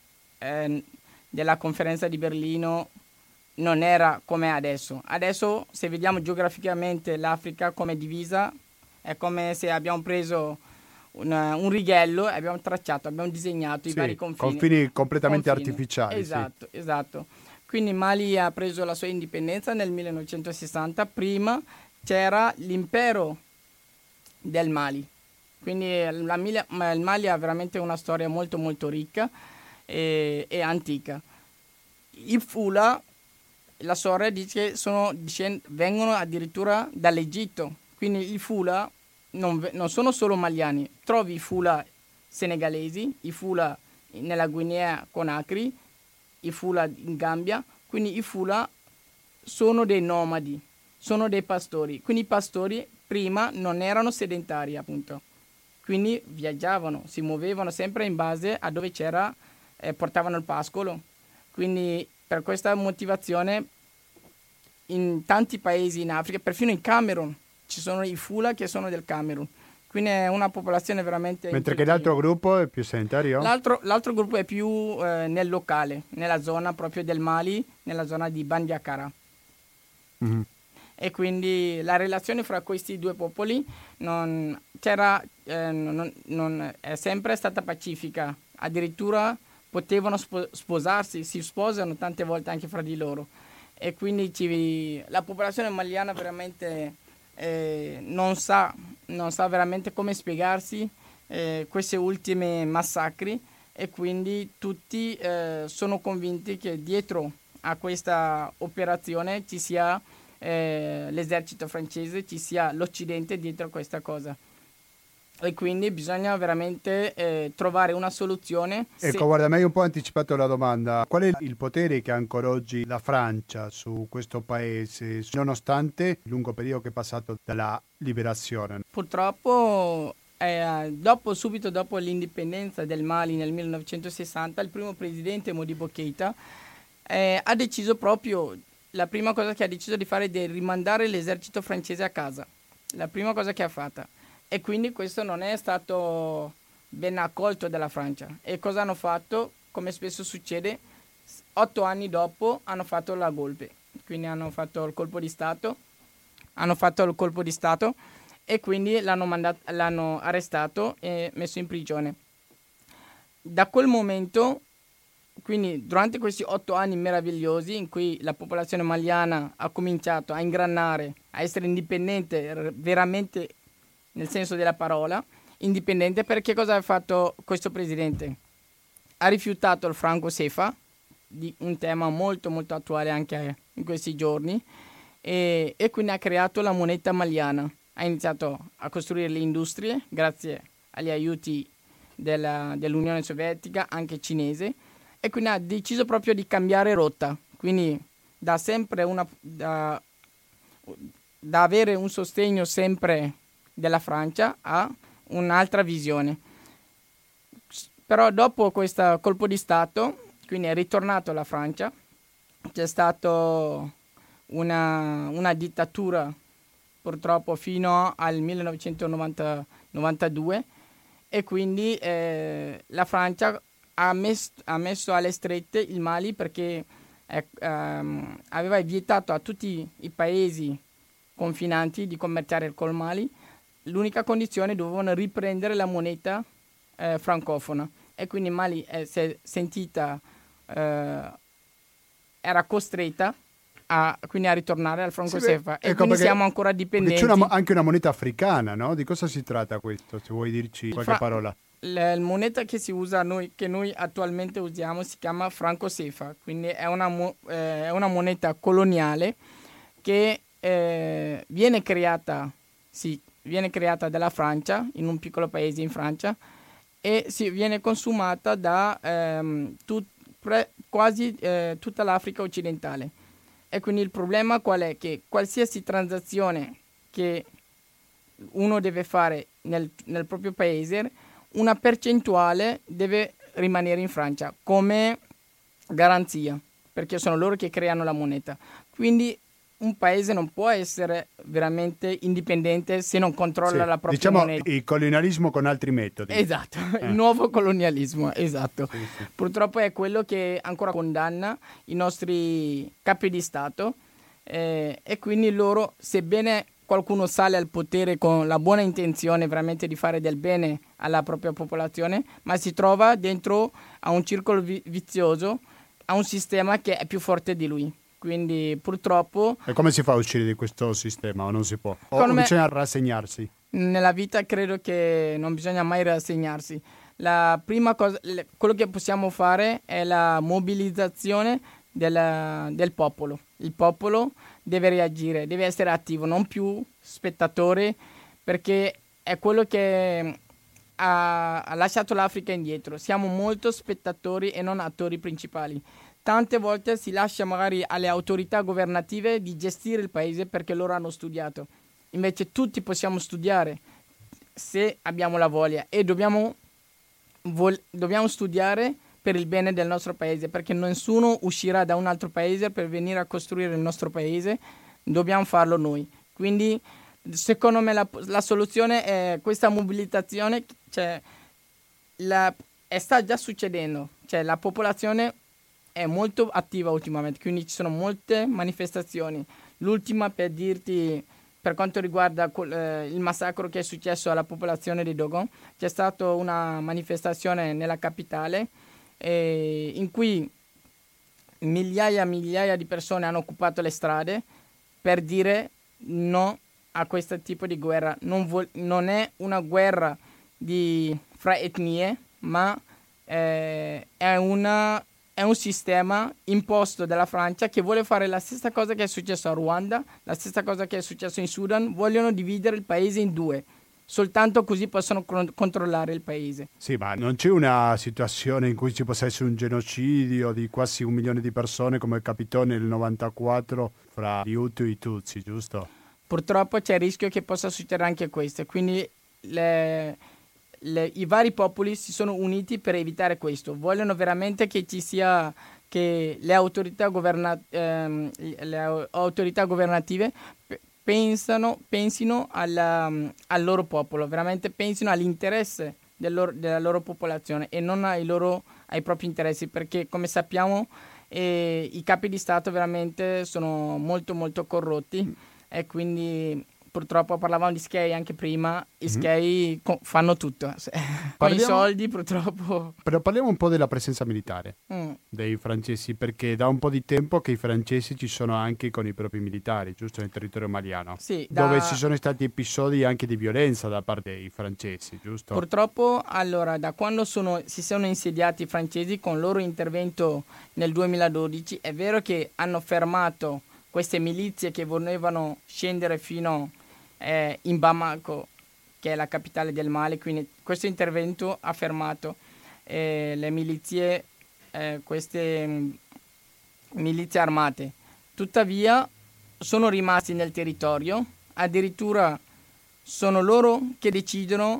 della conferenza di Berlino non era come adesso. Adesso, se vediamo geograficamente l'Africa come divisa, è come se abbiamo preso un righello e abbiamo tracciato, abbiamo disegnato i vari confini. Confini completamente artificiali. Esatto, sì. Esatto. Quindi Mali ha preso la sua indipendenza nel 1960, prima c'era l'impero del Mali. Quindi il Mali ha veramente una storia molto molto ricca e antica. I Fula, la storia dice che vengono addirittura dall'Egitto, quindi i Fula non sono solo maliani, trovi i Fula senegalesi, i Fula nella Guinea Conakry, i Fula in Gambia, quindi i Fula sono dei nomadi, sono dei pastori, quindi i pastori prima non erano sedentari appunto, quindi viaggiavano, si muovevano sempre in base a dove c'era, portavano il pascolo, quindi per questa motivazione in tanti paesi in Africa, perfino in Camerun, ci sono i Fula che sono del Camerun. Quindi è una popolazione veramente... Mentre che l'altro gruppo è più sedentario? L'altro gruppo è più nel locale, nella zona proprio del Mali, nella zona di Bandiakara. Mm-hmm. E quindi la relazione fra questi due popoli è sempre stata pacifica. Addirittura potevano sposarsi, si sposano tante volte anche fra di loro. E quindi la popolazione maliana veramente non sa veramente come spiegarsi questi ultimi massacri, e quindi tutti sono convinti che dietro a questa operazione ci sia l'esercito francese, ci sia l'Occidente dietro a questa cosa. E quindi bisogna veramente trovare una soluzione. Ecco, guarda, mi hai un po' anticipato la domanda. Qual è il potere che ha ancora oggi la Francia su questo paese, nonostante il lungo periodo che è passato dalla liberazione? Purtroppo, subito dopo l'indipendenza del Mali nel 1960, il primo presidente Modibo Keïta ha deciso proprio, la prima cosa che ha deciso di fare è di rimandare l'esercito francese a casa. La prima cosa che ha fatta. E quindi questo non è stato ben accolto dalla Francia. E cosa hanno fatto? Come spesso succede, 8 anni dopo hanno fatto la golpe. Quindi hanno fatto il colpo di Stato. E quindi l'hanno arrestato e messo in prigione. Da quel momento, quindi durante questi 8 anni meravigliosi in cui la popolazione maliana ha cominciato a ingranare a essere indipendente veramente nel senso della parola, indipendente, perché cosa ha fatto questo presidente? Ha rifiutato il franco CFA, di un tema molto molto attuale anche in questi giorni, e quindi ha creato la moneta maliana. Ha iniziato a costruire le industrie grazie agli aiuti dell'Unione Sovietica, anche cinese, e quindi ha deciso proprio di cambiare rotta, quindi da sempre da avere un sostegno sempre della Francia a un'altra visione. Però dopo questo colpo di Stato, quindi è ritornato alla Francia, c'è stata una dittatura purtroppo fino al 1992, e quindi la Francia ha messo alle strette il Mali, perché aveva vietato a tutti i paesi confinanti di commerciare col Mali. L'unica condizione, dovevano riprendere la moneta francofona, e quindi Mali si è sentita, era costretta quindi a ritornare al franco CFA, e quindi siamo ancora dipendenti. C'è anche una moneta africana, no? Di cosa si tratta questo? Se vuoi dirci qualche parola. La moneta che si usa che noi attualmente usiamo si chiama franco CFA, quindi è una moneta coloniale che viene creata dalla Francia, in un piccolo paese in Francia, e viene consumata da quasi tutta l'Africa occidentale. E quindi il problema qual è? Che qualsiasi transazione che uno deve fare nel proprio paese, una percentuale deve rimanere in Francia come garanzia, perché sono loro che creano la moneta. Quindi un paese non può essere veramente indipendente se non controlla la propria moneta. Il colonialismo con altri metodi. Esatto, il nuovo colonialismo, esatto. Sì. Purtroppo è quello che ancora condanna i nostri capi di Stato, e quindi loro, sebbene qualcuno sale al potere con la buona intenzione veramente di fare del bene alla propria popolazione, ma si trova dentro a un circolo vizioso, a un sistema che è più forte di lui. Quindi purtroppo... E come si fa a uscire di questo sistema, o non si può? O bisogna rassegnarsi? Nella vita credo che non bisogna mai rassegnarsi. La prima cosa, quello che possiamo fare è la mobilizzazione del popolo. Il popolo deve reagire, deve essere attivo, non più spettatore, perché è quello che ha lasciato l'Africa indietro. Siamo molto spettatori e non attori principali. Tante volte si lascia magari alle autorità governative di gestire il paese perché loro hanno studiato. Invece tutti possiamo studiare se abbiamo la voglia, e dobbiamo studiare per il bene del nostro paese, perché nessuno uscirà da un altro paese per venire a costruire il nostro paese, dobbiamo farlo noi. Quindi secondo me la soluzione è questa mobilitazione, sta già succedendo, la popolazione è molto attiva ultimamente, quindi ci sono molte manifestazioni. L'ultima, per dirti, per quanto riguarda il massacro che è successo alla popolazione di Dogon, c'è stata una manifestazione nella capitale in cui migliaia di persone hanno occupato le strade per dire no a questo tipo di guerra. Non è una guerra fra etnie, ma è un sistema imposto dalla Francia che vuole fare la stessa cosa che è successo a Ruanda, la stessa cosa che è successo in Sudan. Vogliono dividere il paese in due, soltanto così possono controllare il paese. Sì, ma non c'è una situazione in cui ci possa essere un genocidio di quasi 1 milione di persone come capitò nel 94 fra gli Hutu e i Tutsi, giusto? Purtroppo c'è il rischio che possa succedere anche questo, quindi i vari popoli si sono uniti per evitare questo. Vogliono veramente che ci sia, che le autorità governative pensino al loro popolo, veramente pensino all'interesse della loro popolazione e non ai propri interessi, perché come sappiamo i capi di Stato veramente sono molto molto corrotti, e quindi purtroppo parlavamo di Sky anche prima, i Sky fanno tutto, con i soldi purtroppo. Però parliamo un po' della presenza militare dei francesi, perché da un po' di tempo che i francesi ci sono anche con i propri militari, giusto, nel territorio maliano, sì, dove ci sono stati episodi anche di violenza da parte dei francesi, giusto? Purtroppo, allora, da quando si sono insediati i francesi con il loro intervento nel 2012, è vero che hanno fermato queste milizie che volevano scendere fino in Bamako, che è la capitale del Mali, quindi questo intervento ha fermato le milizie, queste milizie armate. Tuttavia sono rimasti nel territorio, addirittura sono loro che decidono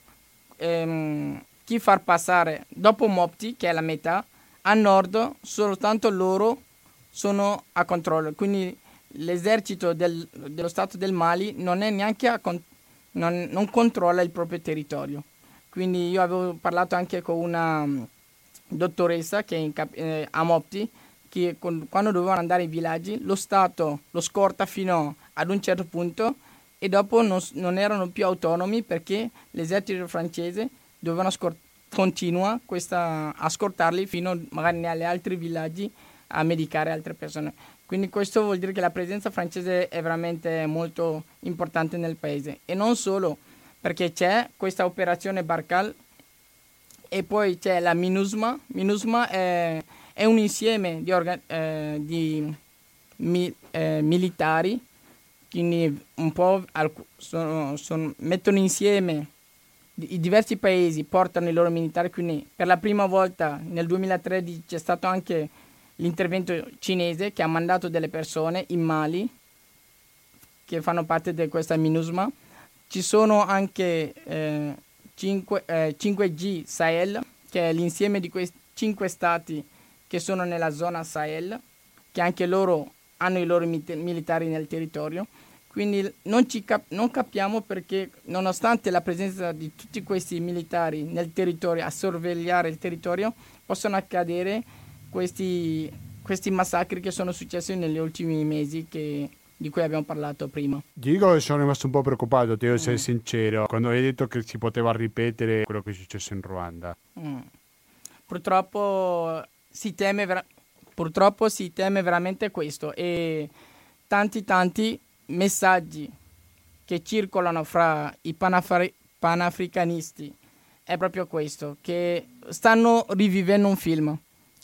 chi far passare dopo Mopti, che è la metà, a nord soltanto loro sono a controllo, quindi l'esercito dello Stato del Mali non è neanche non controlla il proprio territorio. Quindi io avevo parlato anche con una dottoressa che è a Mopti, che quando dovevano andare ai villaggi lo Stato lo scorta fino ad un certo punto e dopo non erano più autonomi perché l'esercito francese dovevano continua a scortarli fino magari agli altri villaggi a medicare altre persone. Quindi questo vuol dire che la presenza francese è veramente molto importante nel paese. E non solo, perché c'è questa operazione Barkhane e poi c'è la MINUSMA. MINUSMA è un insieme di militari, quindi un po' mettono insieme i diversi paesi, portano i loro militari, quindi per la prima volta nel 2013 c'è stato anche l'intervento cinese che ha mandato delle persone in Mali che fanno parte di questa MINUSMA. Ci sono anche 5G Sahel, che è l'insieme di questi 5 stati che sono nella zona Sahel, che anche loro hanno i loro militari nel territorio. Quindi non capiamo perché, nonostante la presenza di tutti questi militari nel territorio a sorvegliare il territorio, possono accadere questi massacri che sono successi negli ultimi mesi di cui abbiamo parlato prima. Dico che sono rimasto un po' preoccupato, devo essere sincero, quando hai detto che si poteva ripetere quello che è successo in Ruanda. Purtroppo si teme veramente questo, e tanti messaggi che circolano fra i panafricanisti è proprio questo, che stanno rivivendo un film,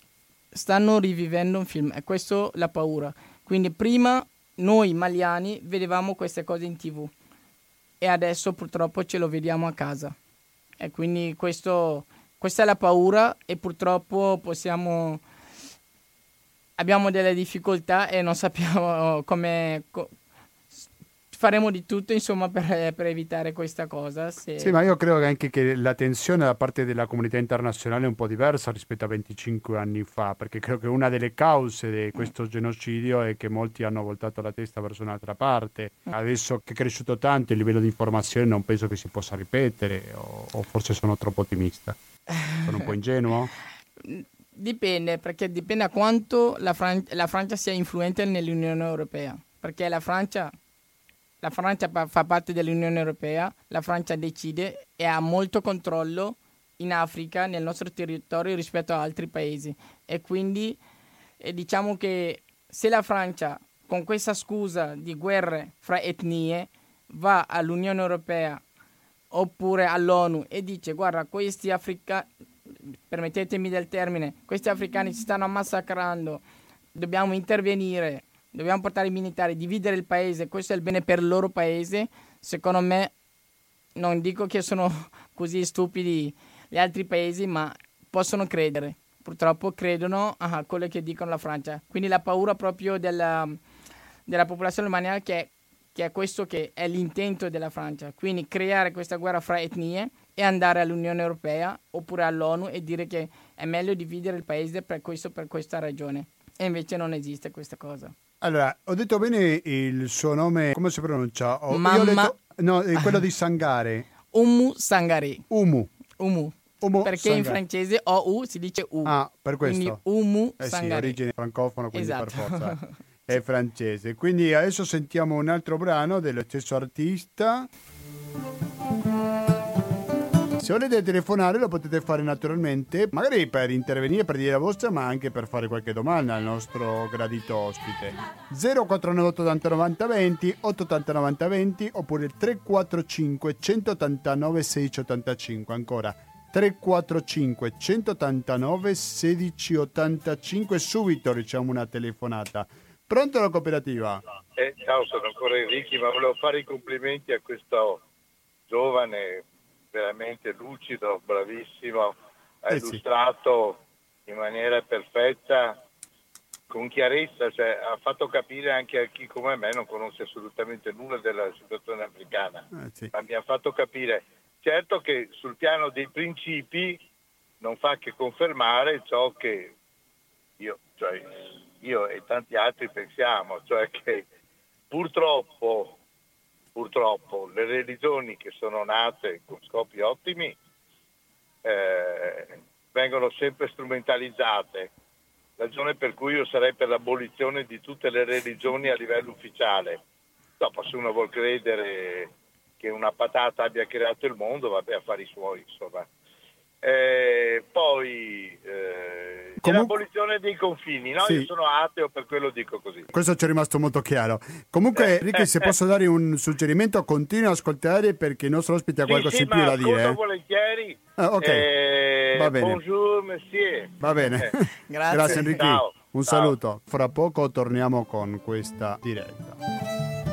e questo la paura. Quindi prima noi maliani vedevamo queste cose in TV e adesso purtroppo ce lo vediamo a casa, e quindi questa è la paura, e purtroppo abbiamo delle difficoltà e non sappiamo come faremo di tutto, insomma, per evitare questa cosa. Sì, ma io credo anche che la tensione da parte della comunità internazionale è un po' diversa rispetto a 25 anni fa, perché credo che una delle cause di questo genocidio è che molti hanno voltato la testa verso un'altra parte. Adesso che è cresciuto tanto il livello di informazione, non penso che si possa ripetere, o forse sono troppo ottimista. Sono un po' ingenuo? Dipende, perché dipende a quanto la Francia sia influente nell'Unione Europea, perché la Francia fa parte dell'Unione Europea, la Francia decide e ha molto controllo in Africa, nel nostro territorio, rispetto a altri paesi. E quindi diciamo che se la Francia, con questa scusa di guerre fra etnie, va all'Unione Europea oppure all'ONU e dice: guarda, questi africani, permettetemi del termine, questi africani si stanno massacrando, dobbiamo intervenire, dobbiamo portare i militari, dividere il paese, questo è il bene per il loro paese. Secondo me, non dico che sono così stupidi gli altri paesi, ma possono credere. Purtroppo credono a quello che dicono la Francia. Quindi la paura proprio della popolazione maliana, che è questo che è l'intento della Francia. Quindi creare questa guerra fra etnie e andare all'Unione Europea oppure all'ONU e dire che è meglio dividere il paese per questa ragione. E invece non esiste questa cosa. Allora, ho detto bene il suo nome, come si pronuncia? Quello di Sangare. Oumou Sangaré. Oumou. Perché Sangare. In francese OU si dice U. Ah, per questo. Quindi Oumou Sangaré. Sì, origine francofono, quindi esatto. Per forza. è francese. Quindi adesso sentiamo un altro brano dello stesso artista. Se volete telefonare lo potete fare naturalmente, magari per intervenire, per dire la vostra, ma anche per fare qualche domanda al nostro gradito ospite. 0498 80 90 20, 880 90 20 oppure 345 189 1685. Ancora 345 189 1685. Subito riceviamo una telefonata. Pronto la cooperativa? Ciao, sono ancora Enrico, ma volevo fare i complimenti a questo giovane veramente lucido, bravissimo, ha illustrato in maniera perfetta, con chiarezza, cioè ha fatto capire anche a chi come me non conosce assolutamente nulla della situazione africana, ma mi ha fatto capire, certo che sul piano dei principi non fa che confermare ciò che io e tanti altri pensiamo, cioè che purtroppo le religioni che sono nate con scopi ottimi vengono sempre strumentalizzate, ragione per cui io sarei per l'abolizione di tutte le religioni a livello ufficiale. Dopo, se uno vuol credere che una patata abbia creato il mondo, vabbè, affari suoi, insomma. Poi l'abolizione dei confini, no? Sì. Io sono ateo, per quello dico così. Questo ci è rimasto molto chiaro. Comunque, Ricky, se posso dare un suggerimento, continua a ascoltare perché il nostro ospite ha qualcosa in più da dire. Volentieri. Ok. Va bene. Bonjour, monsieur. Va bene. Grazie Enrico. Ciao. Un saluto. Fra poco torniamo con questa diretta.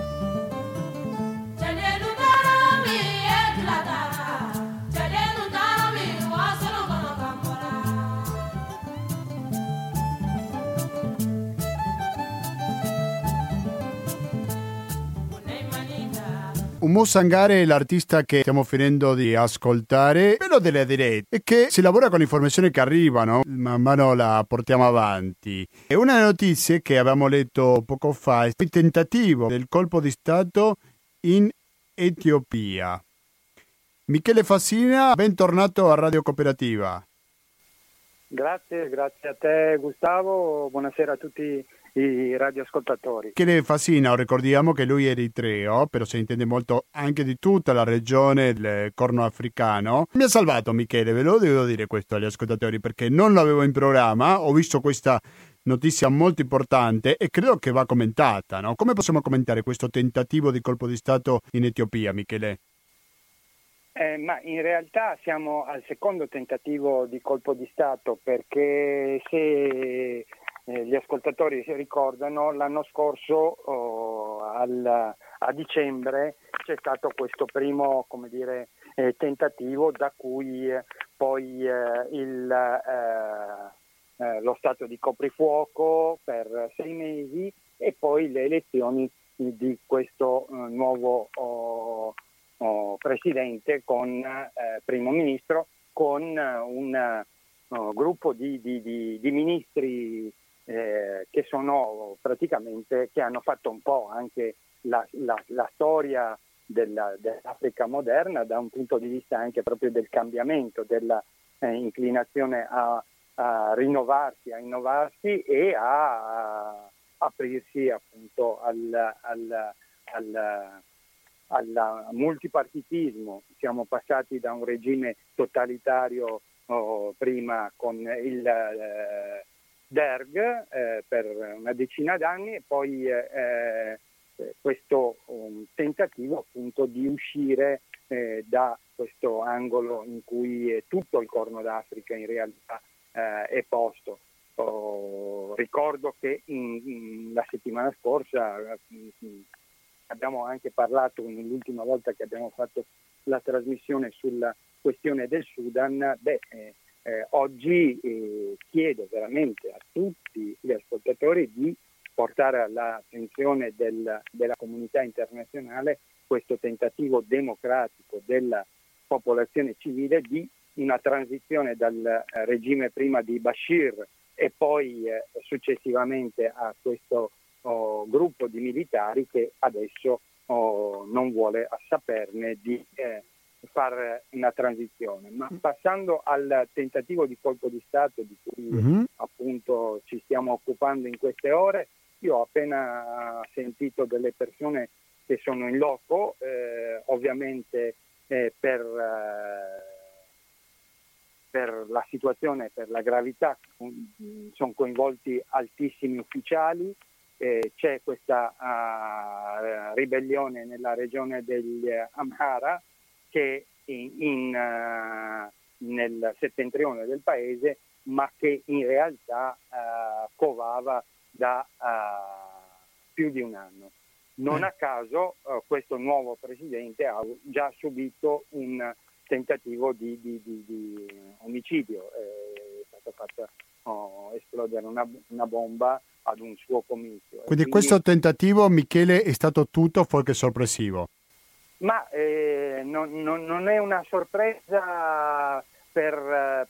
Oumou Sangaré è l'artista che stiamo finendo di ascoltare. Quello delle dirette è che si lavora con informazioni che arrivano, man mano la portiamo avanti. E una delle notizie che abbiamo letto poco fa è il tentativo del colpo di Stato in Etiopia. Michele Fassina, bentornato a Radio Cooperativa. Grazie a te Gustavo, buonasera a tutti i radioascoltatori. Michele Fassina, ricordiamo che lui è eritreo, però si intende molto anche di tutta la regione del Corno Africano. Mi ha salvato Michele, ve lo devo dire questo agli ascoltatori perché non l'avevo in programma, ho visto questa notizia molto importante e credo che va commentata, no? Come possiamo commentare questo tentativo di colpo di Stato in Etiopia, Michele? Ma in realtà siamo al secondo tentativo di colpo di Stato perché se gli ascoltatori si ricordano, l'anno scorso a dicembre c'è stato questo primo tentativo da cui poi lo stato di coprifuoco per 6 mesi e poi le elezioni di questo nuovo presidente con primo ministro con un gruppo di ministri che sono praticamente che hanno fatto un po' anche la storia dell'Africa moderna da un punto di vista anche proprio del cambiamento, della inclinazione a rinnovarsi, a innovarsi e a aprirsi appunto al multipartitismo. Siamo passati da un regime totalitario prima con il Derg per una decina d'anni e poi questo tentativo appunto di uscire da questo angolo in cui tutto il Corno d'Africa in realtà è posto. Ricordo che la settimana scorsa abbiamo anche parlato, l'ultima volta che abbiamo fatto la trasmissione sulla questione del Sudan. Oggi chiedo veramente a tutti gli ascoltatori di portare all'attenzione della comunità internazionale questo tentativo democratico della popolazione civile di una transizione dal regime prima di Bashir e poi successivamente a questo gruppo di militari che adesso non vuole saperne di fare una transizione. Ma passando al tentativo di colpo di Stato di cui appunto ci stiamo occupando in queste ore, Io ho appena sentito delle persone che sono in loco, ovviamente per la situazione, per la gravità, sono coinvolti altissimi ufficiali. C'è questa ribellione nella regione degli Amhara che nel settentrione del paese, ma che in realtà covava da più di un anno. Non a caso questo nuovo presidente ha già subito un tentativo di omicidio, è stato fatto esplodere una bomba ad un suo comizio. Quindi questo tentativo, Michele, è stato tutto fuorché sorpresivo? Ma non è una sorpresa per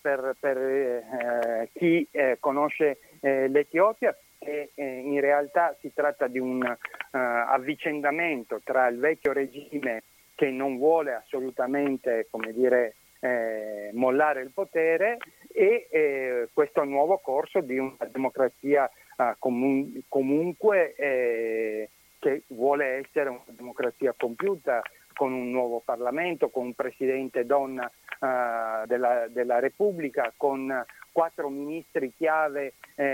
chi conosce l'Etiopia, e in realtà si tratta di un avvicendamento tra il vecchio regime, che non vuole assolutamente, mollare il potere, e questo nuovo corso di una democrazia comunque che vuole essere una democrazia compiuta, con un nuovo Parlamento, con un presidente donna della Repubblica, con 4 ministri chiave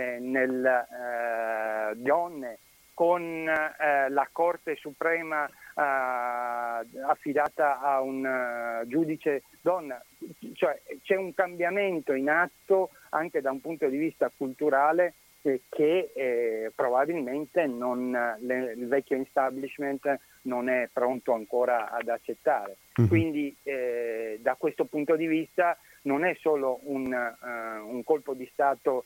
donne, con la Corte Suprema affidata a un giudice donna. Cioè, c'è un cambiamento in atto anche da un punto di vista culturale che probabilmente il vecchio establishment non è pronto ancora ad accettare. Quindi da questo punto di vista non è solo un colpo di Stato,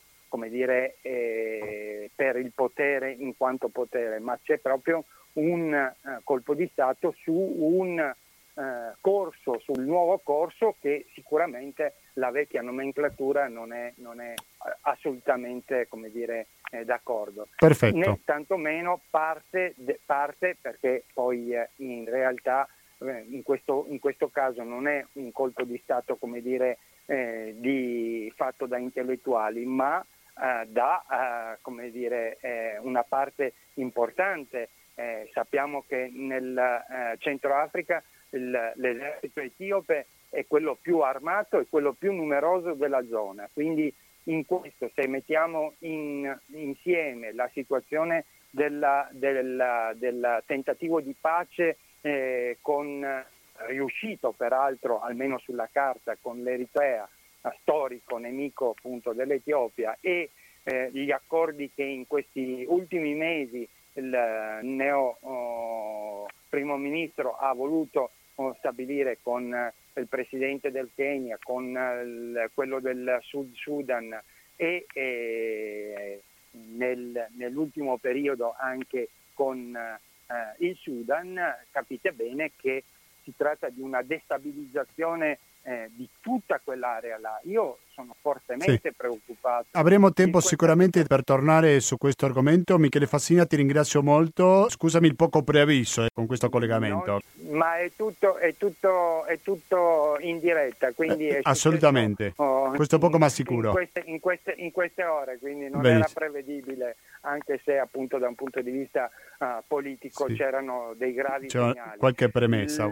per il potere in quanto potere, ma c'è proprio un colpo di Stato su un corso, sul nuovo corso, che sicuramente la vecchia nomenclatura non è assolutamente d'accordo. Perfetto. Né tantomeno parte perché poi in realtà in questo caso non è un colpo di Stato fatto da intellettuali, ma da una parte importante. Sappiamo che nel Centro Africa l'esercito etiope è quello più armato e quello più numeroso della zona, quindi in questo, se mettiamo insieme la situazione del tentativo di pace riuscito peraltro, almeno sulla carta, con l'Eritrea, storico nemico appunto dell'Etiopia, e gli accordi che in questi ultimi mesi il neo primo ministro ha voluto stabilire con il presidente del Kenya, con quello del Sud Sudan e nell'ultimo periodo anche con il Sudan, capite bene che si tratta di una destabilizzazione di tutta quell'area là. Io sono fortemente preoccupato. Avremo tempo sicuramente per tornare su questo argomento. Michele Fassina, ti ringrazio molto. Scusami il poco preavviso con questo collegamento. No, ma è tutto in diretta, quindi è assolutamente. Questo poco ma sicuro. In queste ore, quindi non era prevedibile, anche se appunto da un punto di vista politico c'erano dei gravi segnali. Qualche premessa.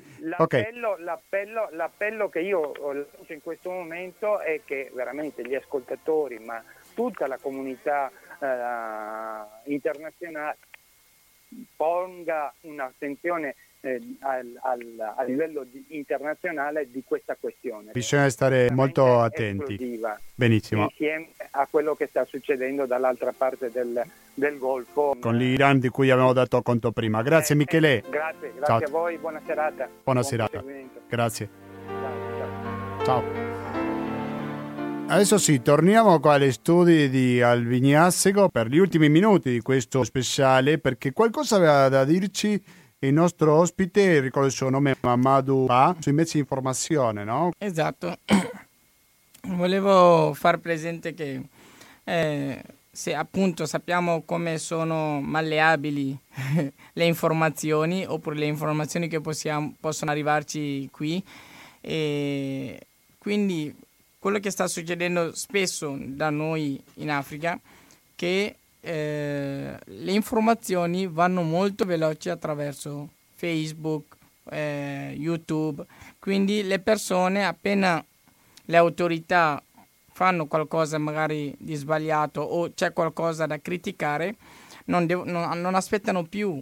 L'appello che io lancio in questo momento è che veramente gli ascoltatori, ma tutta la comunità internazionale, ponga un'attenzione a livello internazionale di questa questione. Bisogna stare molto attenti. Benissimo. Insieme a quello che sta succedendo dall'altra parte del Golfo. Con l'Iran, di cui abbiamo dato conto prima. Grazie Michele. Grazie a voi, buona serata. Buona serata. Grazie. Ciao. Adesso torniamo qua agli studi di Alviniassego per gli ultimi minuti di questo speciale, perché qualcosa aveva da dirci il nostro ospite, ricordo il suo nome, Mamadou Ba, sui mezzi di informazione, no? Esatto. Volevo far presente che se appunto sappiamo come sono malleabili le informazioni, oppure le informazioni che possono arrivarci qui, e quindi quello che sta succedendo spesso da noi in Africa, che le informazioni vanno molto veloci attraverso Facebook, YouTube, quindi le persone, appena le autorità fanno qualcosa magari di sbagliato o c'è qualcosa da criticare, non aspettano più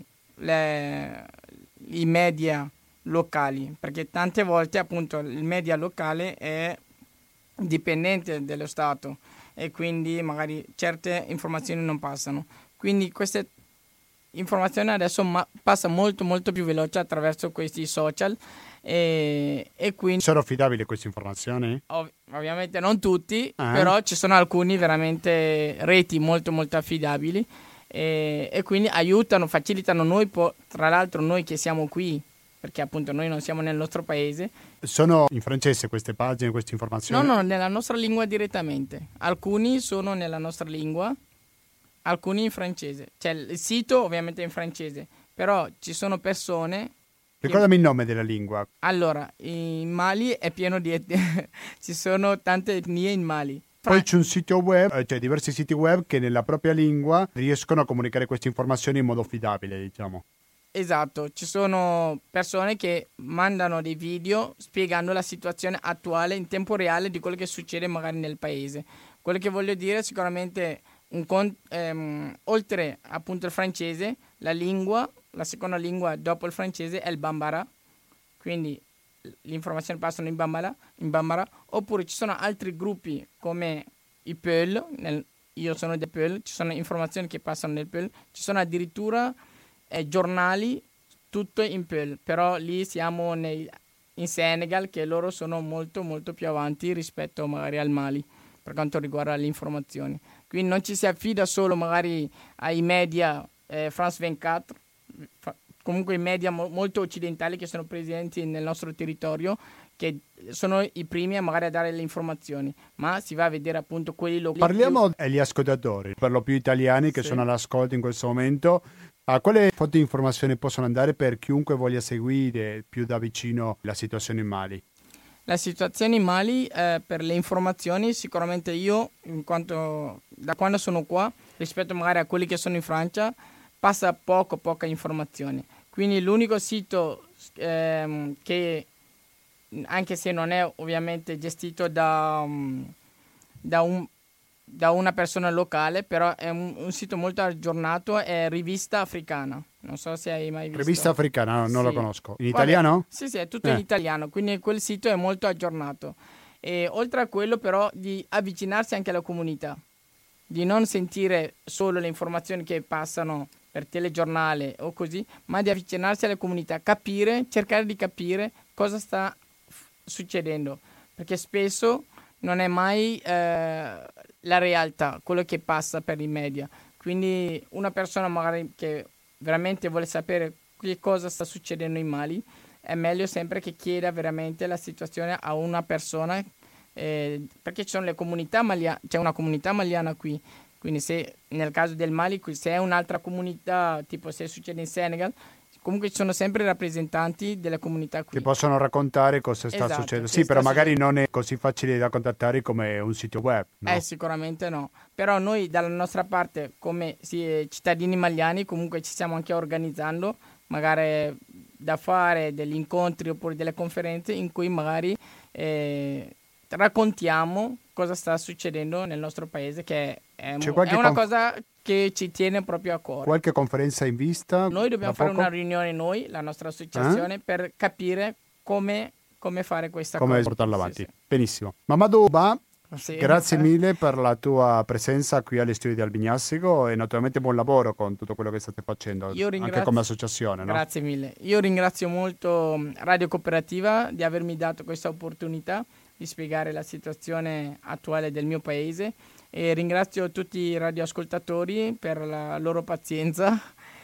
i media locali, perché tante volte appunto il media locale è dipendente dallo Stato e quindi magari certe informazioni non passano. Quindi queste informazioni adesso passano molto molto più veloce attraverso questi social e quindi sono affidabili queste informazioni? Ovviamente non tutti, però ci sono alcuni veramente reti molto molto affidabili e quindi aiutano, facilitano noi, tra l'altro noi che siamo qui, perché appunto noi non siamo nel nostro paese. Sono in francese queste pagine, queste informazioni? No, nella nostra lingua direttamente. Alcuni sono nella nostra lingua, alcuni in francese. Cioè il sito ovviamente è in francese, però ci sono persone... Ricordami il nome della lingua. Allora, in Mali è pieno di ci sono tante etnie in Mali. Poi c'è un sito web, cioè diversi siti web che nella propria lingua riescono a comunicare queste informazioni in modo affidabile, diciamo. Esatto, ci sono persone che mandano dei video spiegando la situazione attuale in tempo reale di quello che succede magari nel paese. Quello che voglio dire sicuramente, oltre appunto il francese, la seconda lingua dopo il francese è il bambara, quindi le informazioni passano in bambara, oppure ci sono altri gruppi come i Peul, io sono del Peul, ci sono informazioni che passano nel Peul, ci sono addirittura giornali tutto in Peul, però lì siamo in Senegal, che loro sono molto molto più avanti rispetto magari al Mali per quanto riguarda le informazioni. Quindi non ci si affida solo magari ai media France 24, comunque i media molto occidentali che sono presenti nel nostro territorio, che sono i primi magari a dare le informazioni, ma si va a vedere appunto quelli locali. Parliamo agli ascoltatori, per lo più italiani che sono all'ascolto in questo momento. A quale fonti di informazione possono andare per chiunque voglia seguire più da vicino la situazione in Mali? La situazione in Mali, per le informazioni, sicuramente io, in quanto da quando sono qua, rispetto magari a quelli che sono in Francia, passa poca informazione. Quindi l'unico sito che, anche se non è ovviamente gestito da una persona locale, però è un sito molto aggiornato, è Rivista Africana. Non so se hai mai visto. Rivista Africana, non sì. Lo conosco. In italiano? Sì, è tutto in italiano, quindi quel sito è molto aggiornato. E oltre a quello però di avvicinarsi anche alla comunità, di non sentire solo le informazioni che passano per telegiornale o così, ma di avvicinarsi alla comunità, cercare di capire cosa sta succedendo, perché spesso non è mai la realtà, quello che passa per i media. Quindi una persona magari che veramente vuole sapere che cosa sta succedendo in Mali, è meglio sempre che chieda veramente la situazione a una persona, perché ci sono le comunità c'è una comunità maliana qui, quindi se nel caso del Mali, se è un'altra comunità, tipo se succede in Senegal, comunque ci sono sempre rappresentanti della comunità qui. Che possono raccontare cosa sta succedendo. Sì, però magari non è così facile da contattare come un sito web, no? Sicuramente no. Però noi dalla nostra parte, come cittadini maliani, comunque ci stiamo anche organizzando, magari da fare degli incontri oppure delle conferenze in cui magari raccontiamo cosa sta succedendo nel nostro paese, che è una cosa che ci tiene proprio a cuore. Qualche conferenza in vista? Noi dobbiamo fare una riunione la nostra associazione, per capire come fare questa cosa. Come portarla avanti. Sì. Benissimo. Mamadou Ba, sì, grazie mille per la tua presenza qui agli studi di Albignassico e naturalmente buon lavoro con tutto quello che state facendo, anche come associazione. Grazie mille. Io ringrazio molto Radio Cooperativa di avermi dato questa opportunità di spiegare la situazione attuale del mio paese e ringrazio tutti i radioascoltatori per la loro pazienza.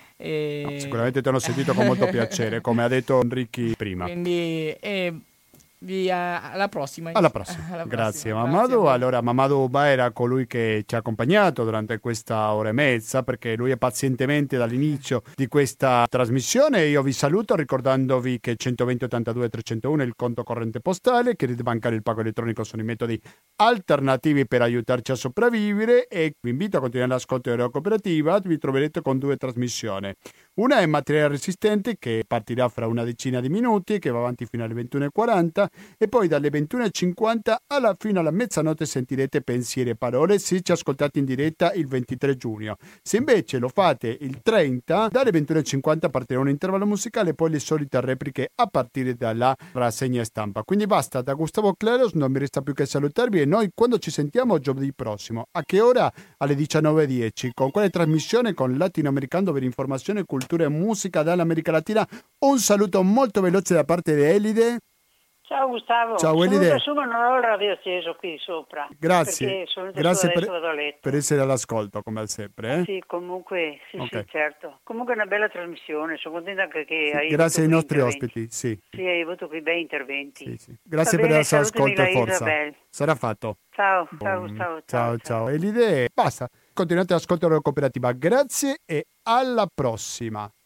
Sicuramente ti hanno sentito con molto piacere, come ha detto Enrichi prima. Quindi alla prossima. Alla prossima. Alla Grazie prossima. Mamadou. Grazie Allora Mamadou Ba era colui che ci ha accompagnato durante questa ora e mezza, perché lui è pazientemente dall'inizio di questa trasmissione. Io vi saluto ricordandovi che 120 82 301 è il conto corrente postale, credito bancario e il pago elettronico sono i metodi alternativi per aiutarci a sopravvivere, e vi invito a continuare l'ascolto di Radio Cooperativa. Vi troverete con 2 trasmissioni. Una è materiale resistente, che partirà fra una decina di minuti e che va avanti fino alle 21:40, e poi dalle 21:50 fino alla mezzanotte sentirete pensieri e parole se ci ascoltate in diretta il 23 giugno. Se invece lo fate il 30, dalle 21:50 partirà un intervallo musicale e poi le solite repliche a partire dalla rassegna stampa. Quindi basta, da Gustavo Claros non mi resta più che salutarvi, e noi quando ci sentiamo giovedì prossimo, a che ora? Alle 19:10. Con quale trasmissione? Con Latinoamericano, dove informazione, cultura e musica dall'America Latina. Un saluto molto veloce da parte di Elide. Ciao Gustavo. Ciao Elide. Non ho il radio acceso qui sopra. Grazie. Grazie per essere all'ascolto, come sempre. Sì, comunque, Okay. sì, certo. Comunque è una bella trasmissione, sono contenta anche che hai grazie ai nostri interventi. ospiti, sì. Sì, hai avuto qui bei interventi. Sì. Grazie Va per bene, il suo ascolto e salutami la forza. Isabel. Sarà fatto. Ciao Gustavo. Ciao. E l'idea basta. Continuate ad ascoltare la cooperativa. Grazie e alla prossima.